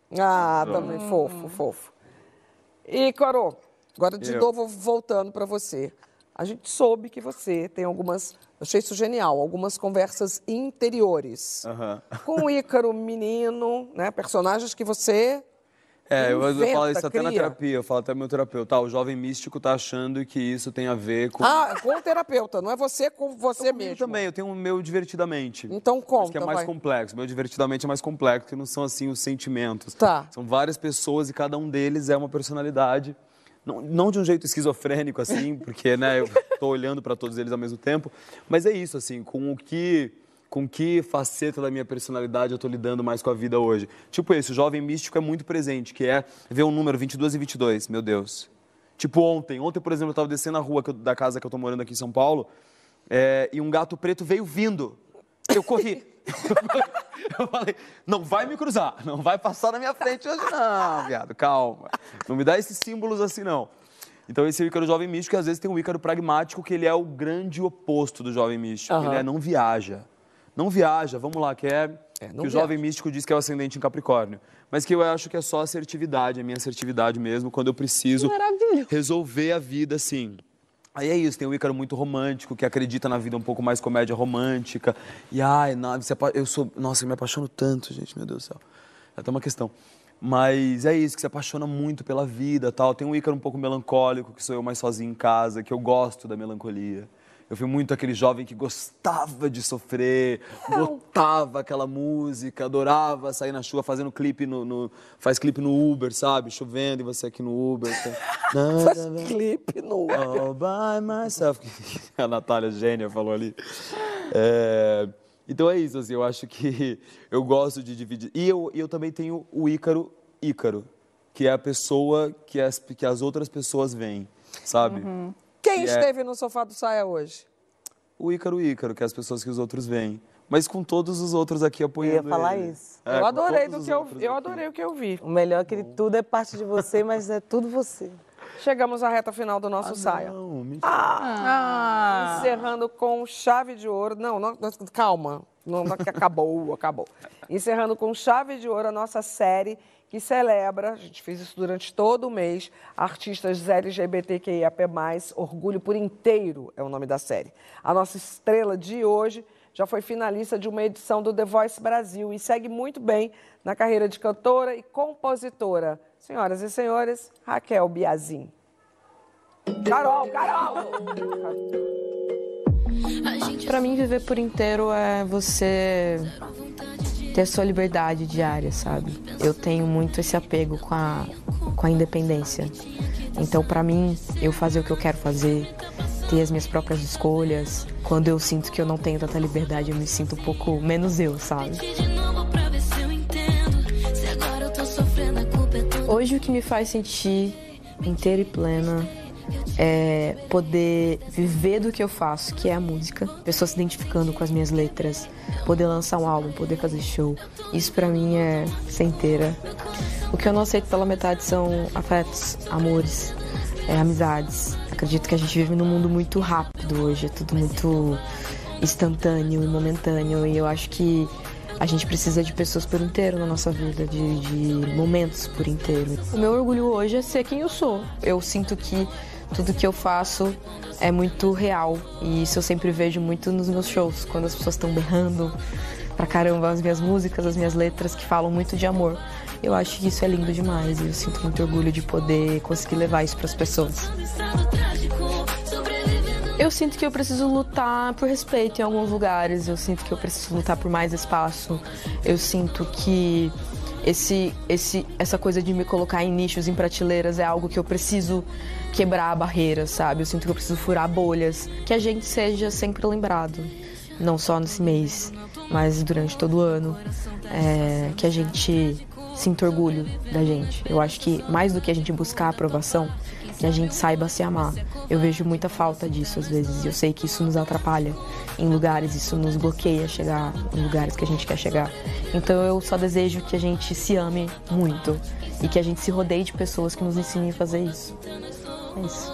Speaker 5: Ah, também, fofo, fofo. E, Coro, agora de
Speaker 10: Eu.
Speaker 5: novo voltando para você. A gente soube que você tem algumas, eu achei isso genial, algumas conversas interiores.
Speaker 10: Aham.
Speaker 5: Com o Ícaro, menino, né? Personagens que você
Speaker 10: É, eu, eu
Speaker 5: inventa,
Speaker 10: falo isso até na
Speaker 5: cria.
Speaker 10: terapia, eu falo até pro meu terapeuta, tá, o jovem místico tá achando que isso tem a ver com...
Speaker 5: Ah, com o terapeuta, não é você com você
Speaker 10: Comigo
Speaker 5: mesmo.
Speaker 10: também, eu tenho o meu divertidamente.
Speaker 5: Então conta,
Speaker 10: Acho que é mais
Speaker 5: vai.
Speaker 10: complexo. O meu divertidamente é mais complexo, que não são assim os sentimentos.
Speaker 5: Tá.
Speaker 10: São várias pessoas e cada um deles é uma personalidade. Não, não de um jeito esquizofrênico, assim, porque né, eu tô olhando para todos eles ao mesmo tempo. Mas é isso, assim, com o que... Com que faceta da minha personalidade eu tô lidando mais com a vida hoje. Tipo esse, o jovem místico é muito presente, que é ver o número vinte e dois e vinte e dois, meu Deus. Tipo ontem, ontem, por exemplo, eu tava descendo a rua que eu- da casa que eu tô morando aqui em São Paulo, é, e um gato preto veio vindo. Eu corri. Eu falei, não vai me cruzar, não vai passar na minha frente hoje não, viado, calma. Não me dá esses símbolos assim, não. Então esse é o Ícaro Jovem Místico, e às vezes tem um Ícaro Pragmático, que ele é o grande oposto do Jovem Místico.
Speaker 5: Uhum.
Speaker 10: Ele é não viaja. Não viaja, vamos lá, que é... é que o Jovem Místico diz que é o ascendente em Capricórnio. Mas que eu acho que é só assertividade, a minha assertividade mesmo, quando eu preciso resolver a vida, assim. Aí é isso, tem um Ícaro muito romântico, que acredita na vida um pouco mais comédia romântica. E, ai, não, eu sou... Nossa, eu me apaixono tanto, gente, meu Deus do céu. É até uma questão. Mas é isso, que se apaixona muito pela vida, tal. Tem um Ícaro um pouco melancólico, que sou eu mais sozinho em casa, que eu gosto da melancolia. Eu fui muito aquele jovem que gostava de sofrer, botava aquela música, adorava sair na chuva fazendo clipe no, no... Faz clipe no Uber, sabe? Chovendo e você aqui no Uber.
Speaker 5: Faz clipe no Uber.
Speaker 10: All by myself. A Natália Gênia falou ali. É... Então é isso, assim, eu acho que eu gosto de dividir. E eu, eu também tenho o Ícaro Ícaro, que é a pessoa que as, que as outras pessoas veem, sabe?
Speaker 5: Uhum. Quem
Speaker 10: que
Speaker 5: esteve
Speaker 10: é...
Speaker 5: no sofá do Saia hoje?
Speaker 10: O Ícaro Ícaro, que é as pessoas que os outros veem. Mas com todos os outros aqui apoiando.
Speaker 12: Eu ia falar
Speaker 10: ele.
Speaker 12: isso.
Speaker 10: É,
Speaker 5: eu adorei do que eu,
Speaker 10: eu
Speaker 5: eu adorei o que eu vi.
Speaker 12: O melhor é que ele, tudo é parte de você, mas é tudo você.
Speaker 5: Chegamos à reta final do nosso
Speaker 10: ah,
Speaker 5: Saia.
Speaker 10: Não, me...
Speaker 5: ah, encerrando com chave de ouro. Não, não calma. Não, não, acabou, acabou. Encerrando com chave de ouro a nossa série que celebra, a gente fez isso durante todo o mês, artistas L G B T Q I A P mais, Orgulho por Inteiro é o nome da série. A nossa estrela de hoje já foi finalista de uma edição do The Voice Brasil e segue muito bem na carreira de cantora e compositora. Senhoras e senhores, Raquel Biazin. Carol, Carol!
Speaker 19: Pra mim, viver por inteiro é você ter a sua liberdade diária, sabe? Eu tenho muito esse apego com a, com a independência. Então, pra mim, eu fazer o que eu quero fazer, ter as minhas próprias escolhas. Quando eu sinto que eu não tenho tanta liberdade, eu me sinto um pouco menos eu, sabe? Hoje, o que me faz sentir inteira e plena é poder viver do que eu faço, que é a música. Pessoas se identificando com as minhas letras, poder lançar um álbum, poder fazer show. Isso pra mim é ser inteira. O que eu não aceito pela metade são afetos, amores, é, amizades. Acredito que a gente vive num mundo muito rápido hoje, é tudo muito instantâneo e momentâneo. E eu acho que a gente precisa de pessoas por inteiro na nossa vida, de, de momentos por inteiro. O meu orgulho hoje é ser quem eu sou. Eu sinto que tudo que eu faço é muito real e isso eu sempre vejo muito nos meus shows, quando as pessoas estão berrando pra caramba as minhas músicas, as minhas letras que falam muito de amor. Eu acho que isso é lindo demais e eu sinto muito orgulho de poder conseguir levar isso pras pessoas. Eu sinto que eu preciso lutar por respeito em alguns lugares, eu sinto que eu preciso lutar por mais espaço, eu sinto que Esse, esse, essa coisa de me colocar em nichos, em prateleiras, é algo que eu preciso quebrar barreiras, sabe? Eu sinto que eu preciso furar bolhas. Que a gente seja sempre lembrado, não só nesse mês, mas durante todo o ano. É, que a gente sinta orgulho da gente. Eu acho que mais do que a gente buscar aprovação, que a gente saiba se amar. Eu vejo muita falta disso às vezes e eu sei que isso nos atrapalha em lugares, isso nos bloqueia a chegar em lugares que a gente quer chegar. Então eu só desejo que a gente se ame muito e que a gente se rodeie de pessoas que nos ensinem a fazer isso. É isso.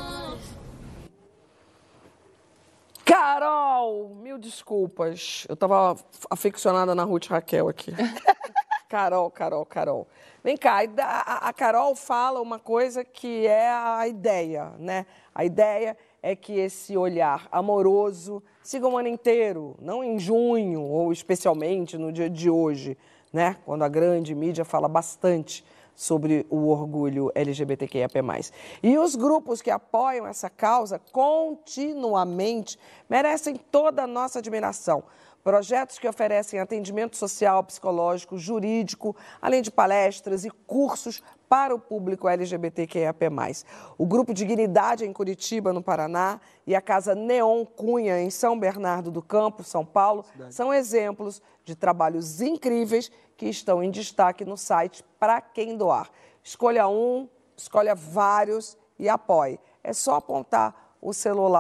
Speaker 5: Carol, mil desculpas. Eu tava aficionada na Ruth Raquel aqui. Carol, Carol, Carol. Vem cá, a Carol fala uma coisa que é a ideia, né? A ideia é que esse olhar amoroso siga o ano inteiro, não em junho ou especialmente no dia de hoje, né? Quando a grande mídia fala bastante sobre o orgulho L G B T Q I A P mais. E os grupos que apoiam essa causa continuamente merecem toda a nossa admiração. Projetos que oferecem atendimento social, psicológico, jurídico, além de palestras e cursos para o público L G B T Q I A P mais. O Grupo Dignidade em Curitiba, no Paraná, e a Casa Neon Cunha, em São Bernardo do Campo, São Paulo, são exemplos de trabalhos incríveis que estão em destaque no site Pra Quem Doar. Escolha um, escolha vários e apoie. É só apontar o celular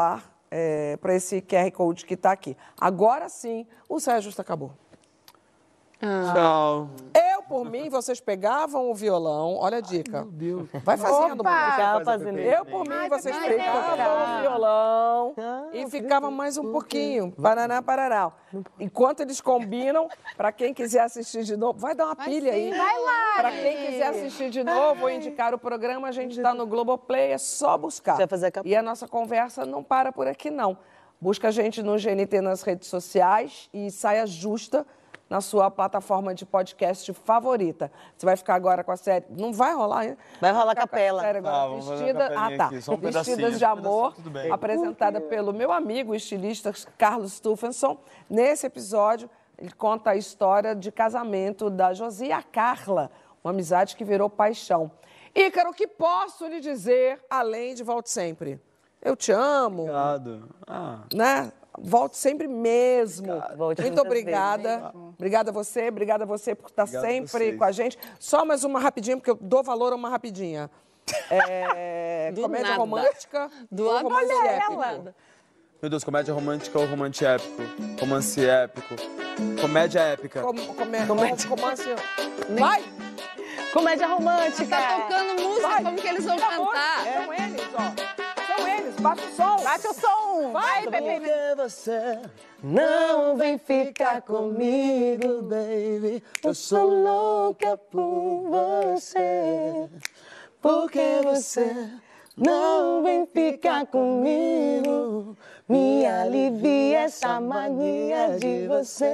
Speaker 5: é, para esse Q R Code que está aqui. Agora sim, o Saia Justa acabou.
Speaker 10: Ah. Tchau.
Speaker 5: Eu, por mim, vocês pegavam o violão. Olha a dica. Ai, meu Deus. Vai fazendo.
Speaker 12: Opa, fazendo.
Speaker 5: Eu, por mim, vocês pegavam o violão ah, e ficava mais um pouquinho. Paraná, parará. Enquanto eles combinam, para quem quiser assistir de novo, vai dar uma vai pilha sim, aí.
Speaker 2: Vai lá.
Speaker 5: Para quem quiser assistir de novo ou indicar o programa, a gente está no Globoplay, é só buscar.
Speaker 12: Vai fazer a
Speaker 5: e a nossa conversa não para por aqui, não. Busca a gente no G N T nas redes sociais e Saia Justa na sua plataforma de podcast favorita. Você vai ficar agora com a série... Não vai rolar, hein?
Speaker 12: Vai rolar capela.
Speaker 5: Série agora.
Speaker 10: Ah, vamos
Speaker 5: Vestida... Ah, tá.
Speaker 10: Aqui, só um
Speaker 5: Vestidas de Amor, um apresentada pelo meu amigo, o estilista Carlos Stufenson. Nesse episódio, ele conta a história de casamento da Josi e a Carla, uma amizade que virou paixão. Ícaro, o que posso lhe dizer, além de volte sempre? Eu te amo.
Speaker 10: Obrigado. Ah.
Speaker 5: Né? Volte sempre mesmo.
Speaker 12: Volte
Speaker 5: Muito obrigada. Obrigada a você, obrigada a você por estar
Speaker 10: Obrigado
Speaker 5: sempre com a gente. Só mais uma rapidinha, porque eu dou valor a uma rapidinha. É, comédia
Speaker 2: nada.
Speaker 5: romântica
Speaker 2: Do
Speaker 5: ou romance
Speaker 2: olha
Speaker 5: épico?
Speaker 2: ela.
Speaker 10: Meu Deus, comédia romântica ou romance épico? Romance épico. Comédia épica.
Speaker 5: Com, comé comédia. Romance... Vai!
Speaker 12: Comédia romântica.
Speaker 2: Tá tocando música,
Speaker 5: Vai.
Speaker 2: como que eles vão
Speaker 5: Por favor,
Speaker 2: cantar?
Speaker 5: São eles, ó. São eles, bate o som.
Speaker 13: Bate o som.
Speaker 5: Vai,
Speaker 13: Pepe.
Speaker 6: Porque você não vem ficar comigo, baby. Eu sou louca por você. Porque você não vem ficar comigo. Me alivia essa mania de você.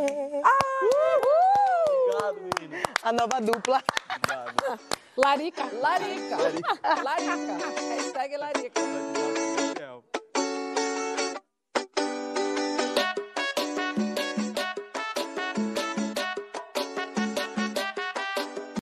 Speaker 10: Obrigado, menino.
Speaker 12: A nova dupla.
Speaker 10: Obrigado.
Speaker 5: Larica. Larica. Larica. Larica. Hashtag Larica.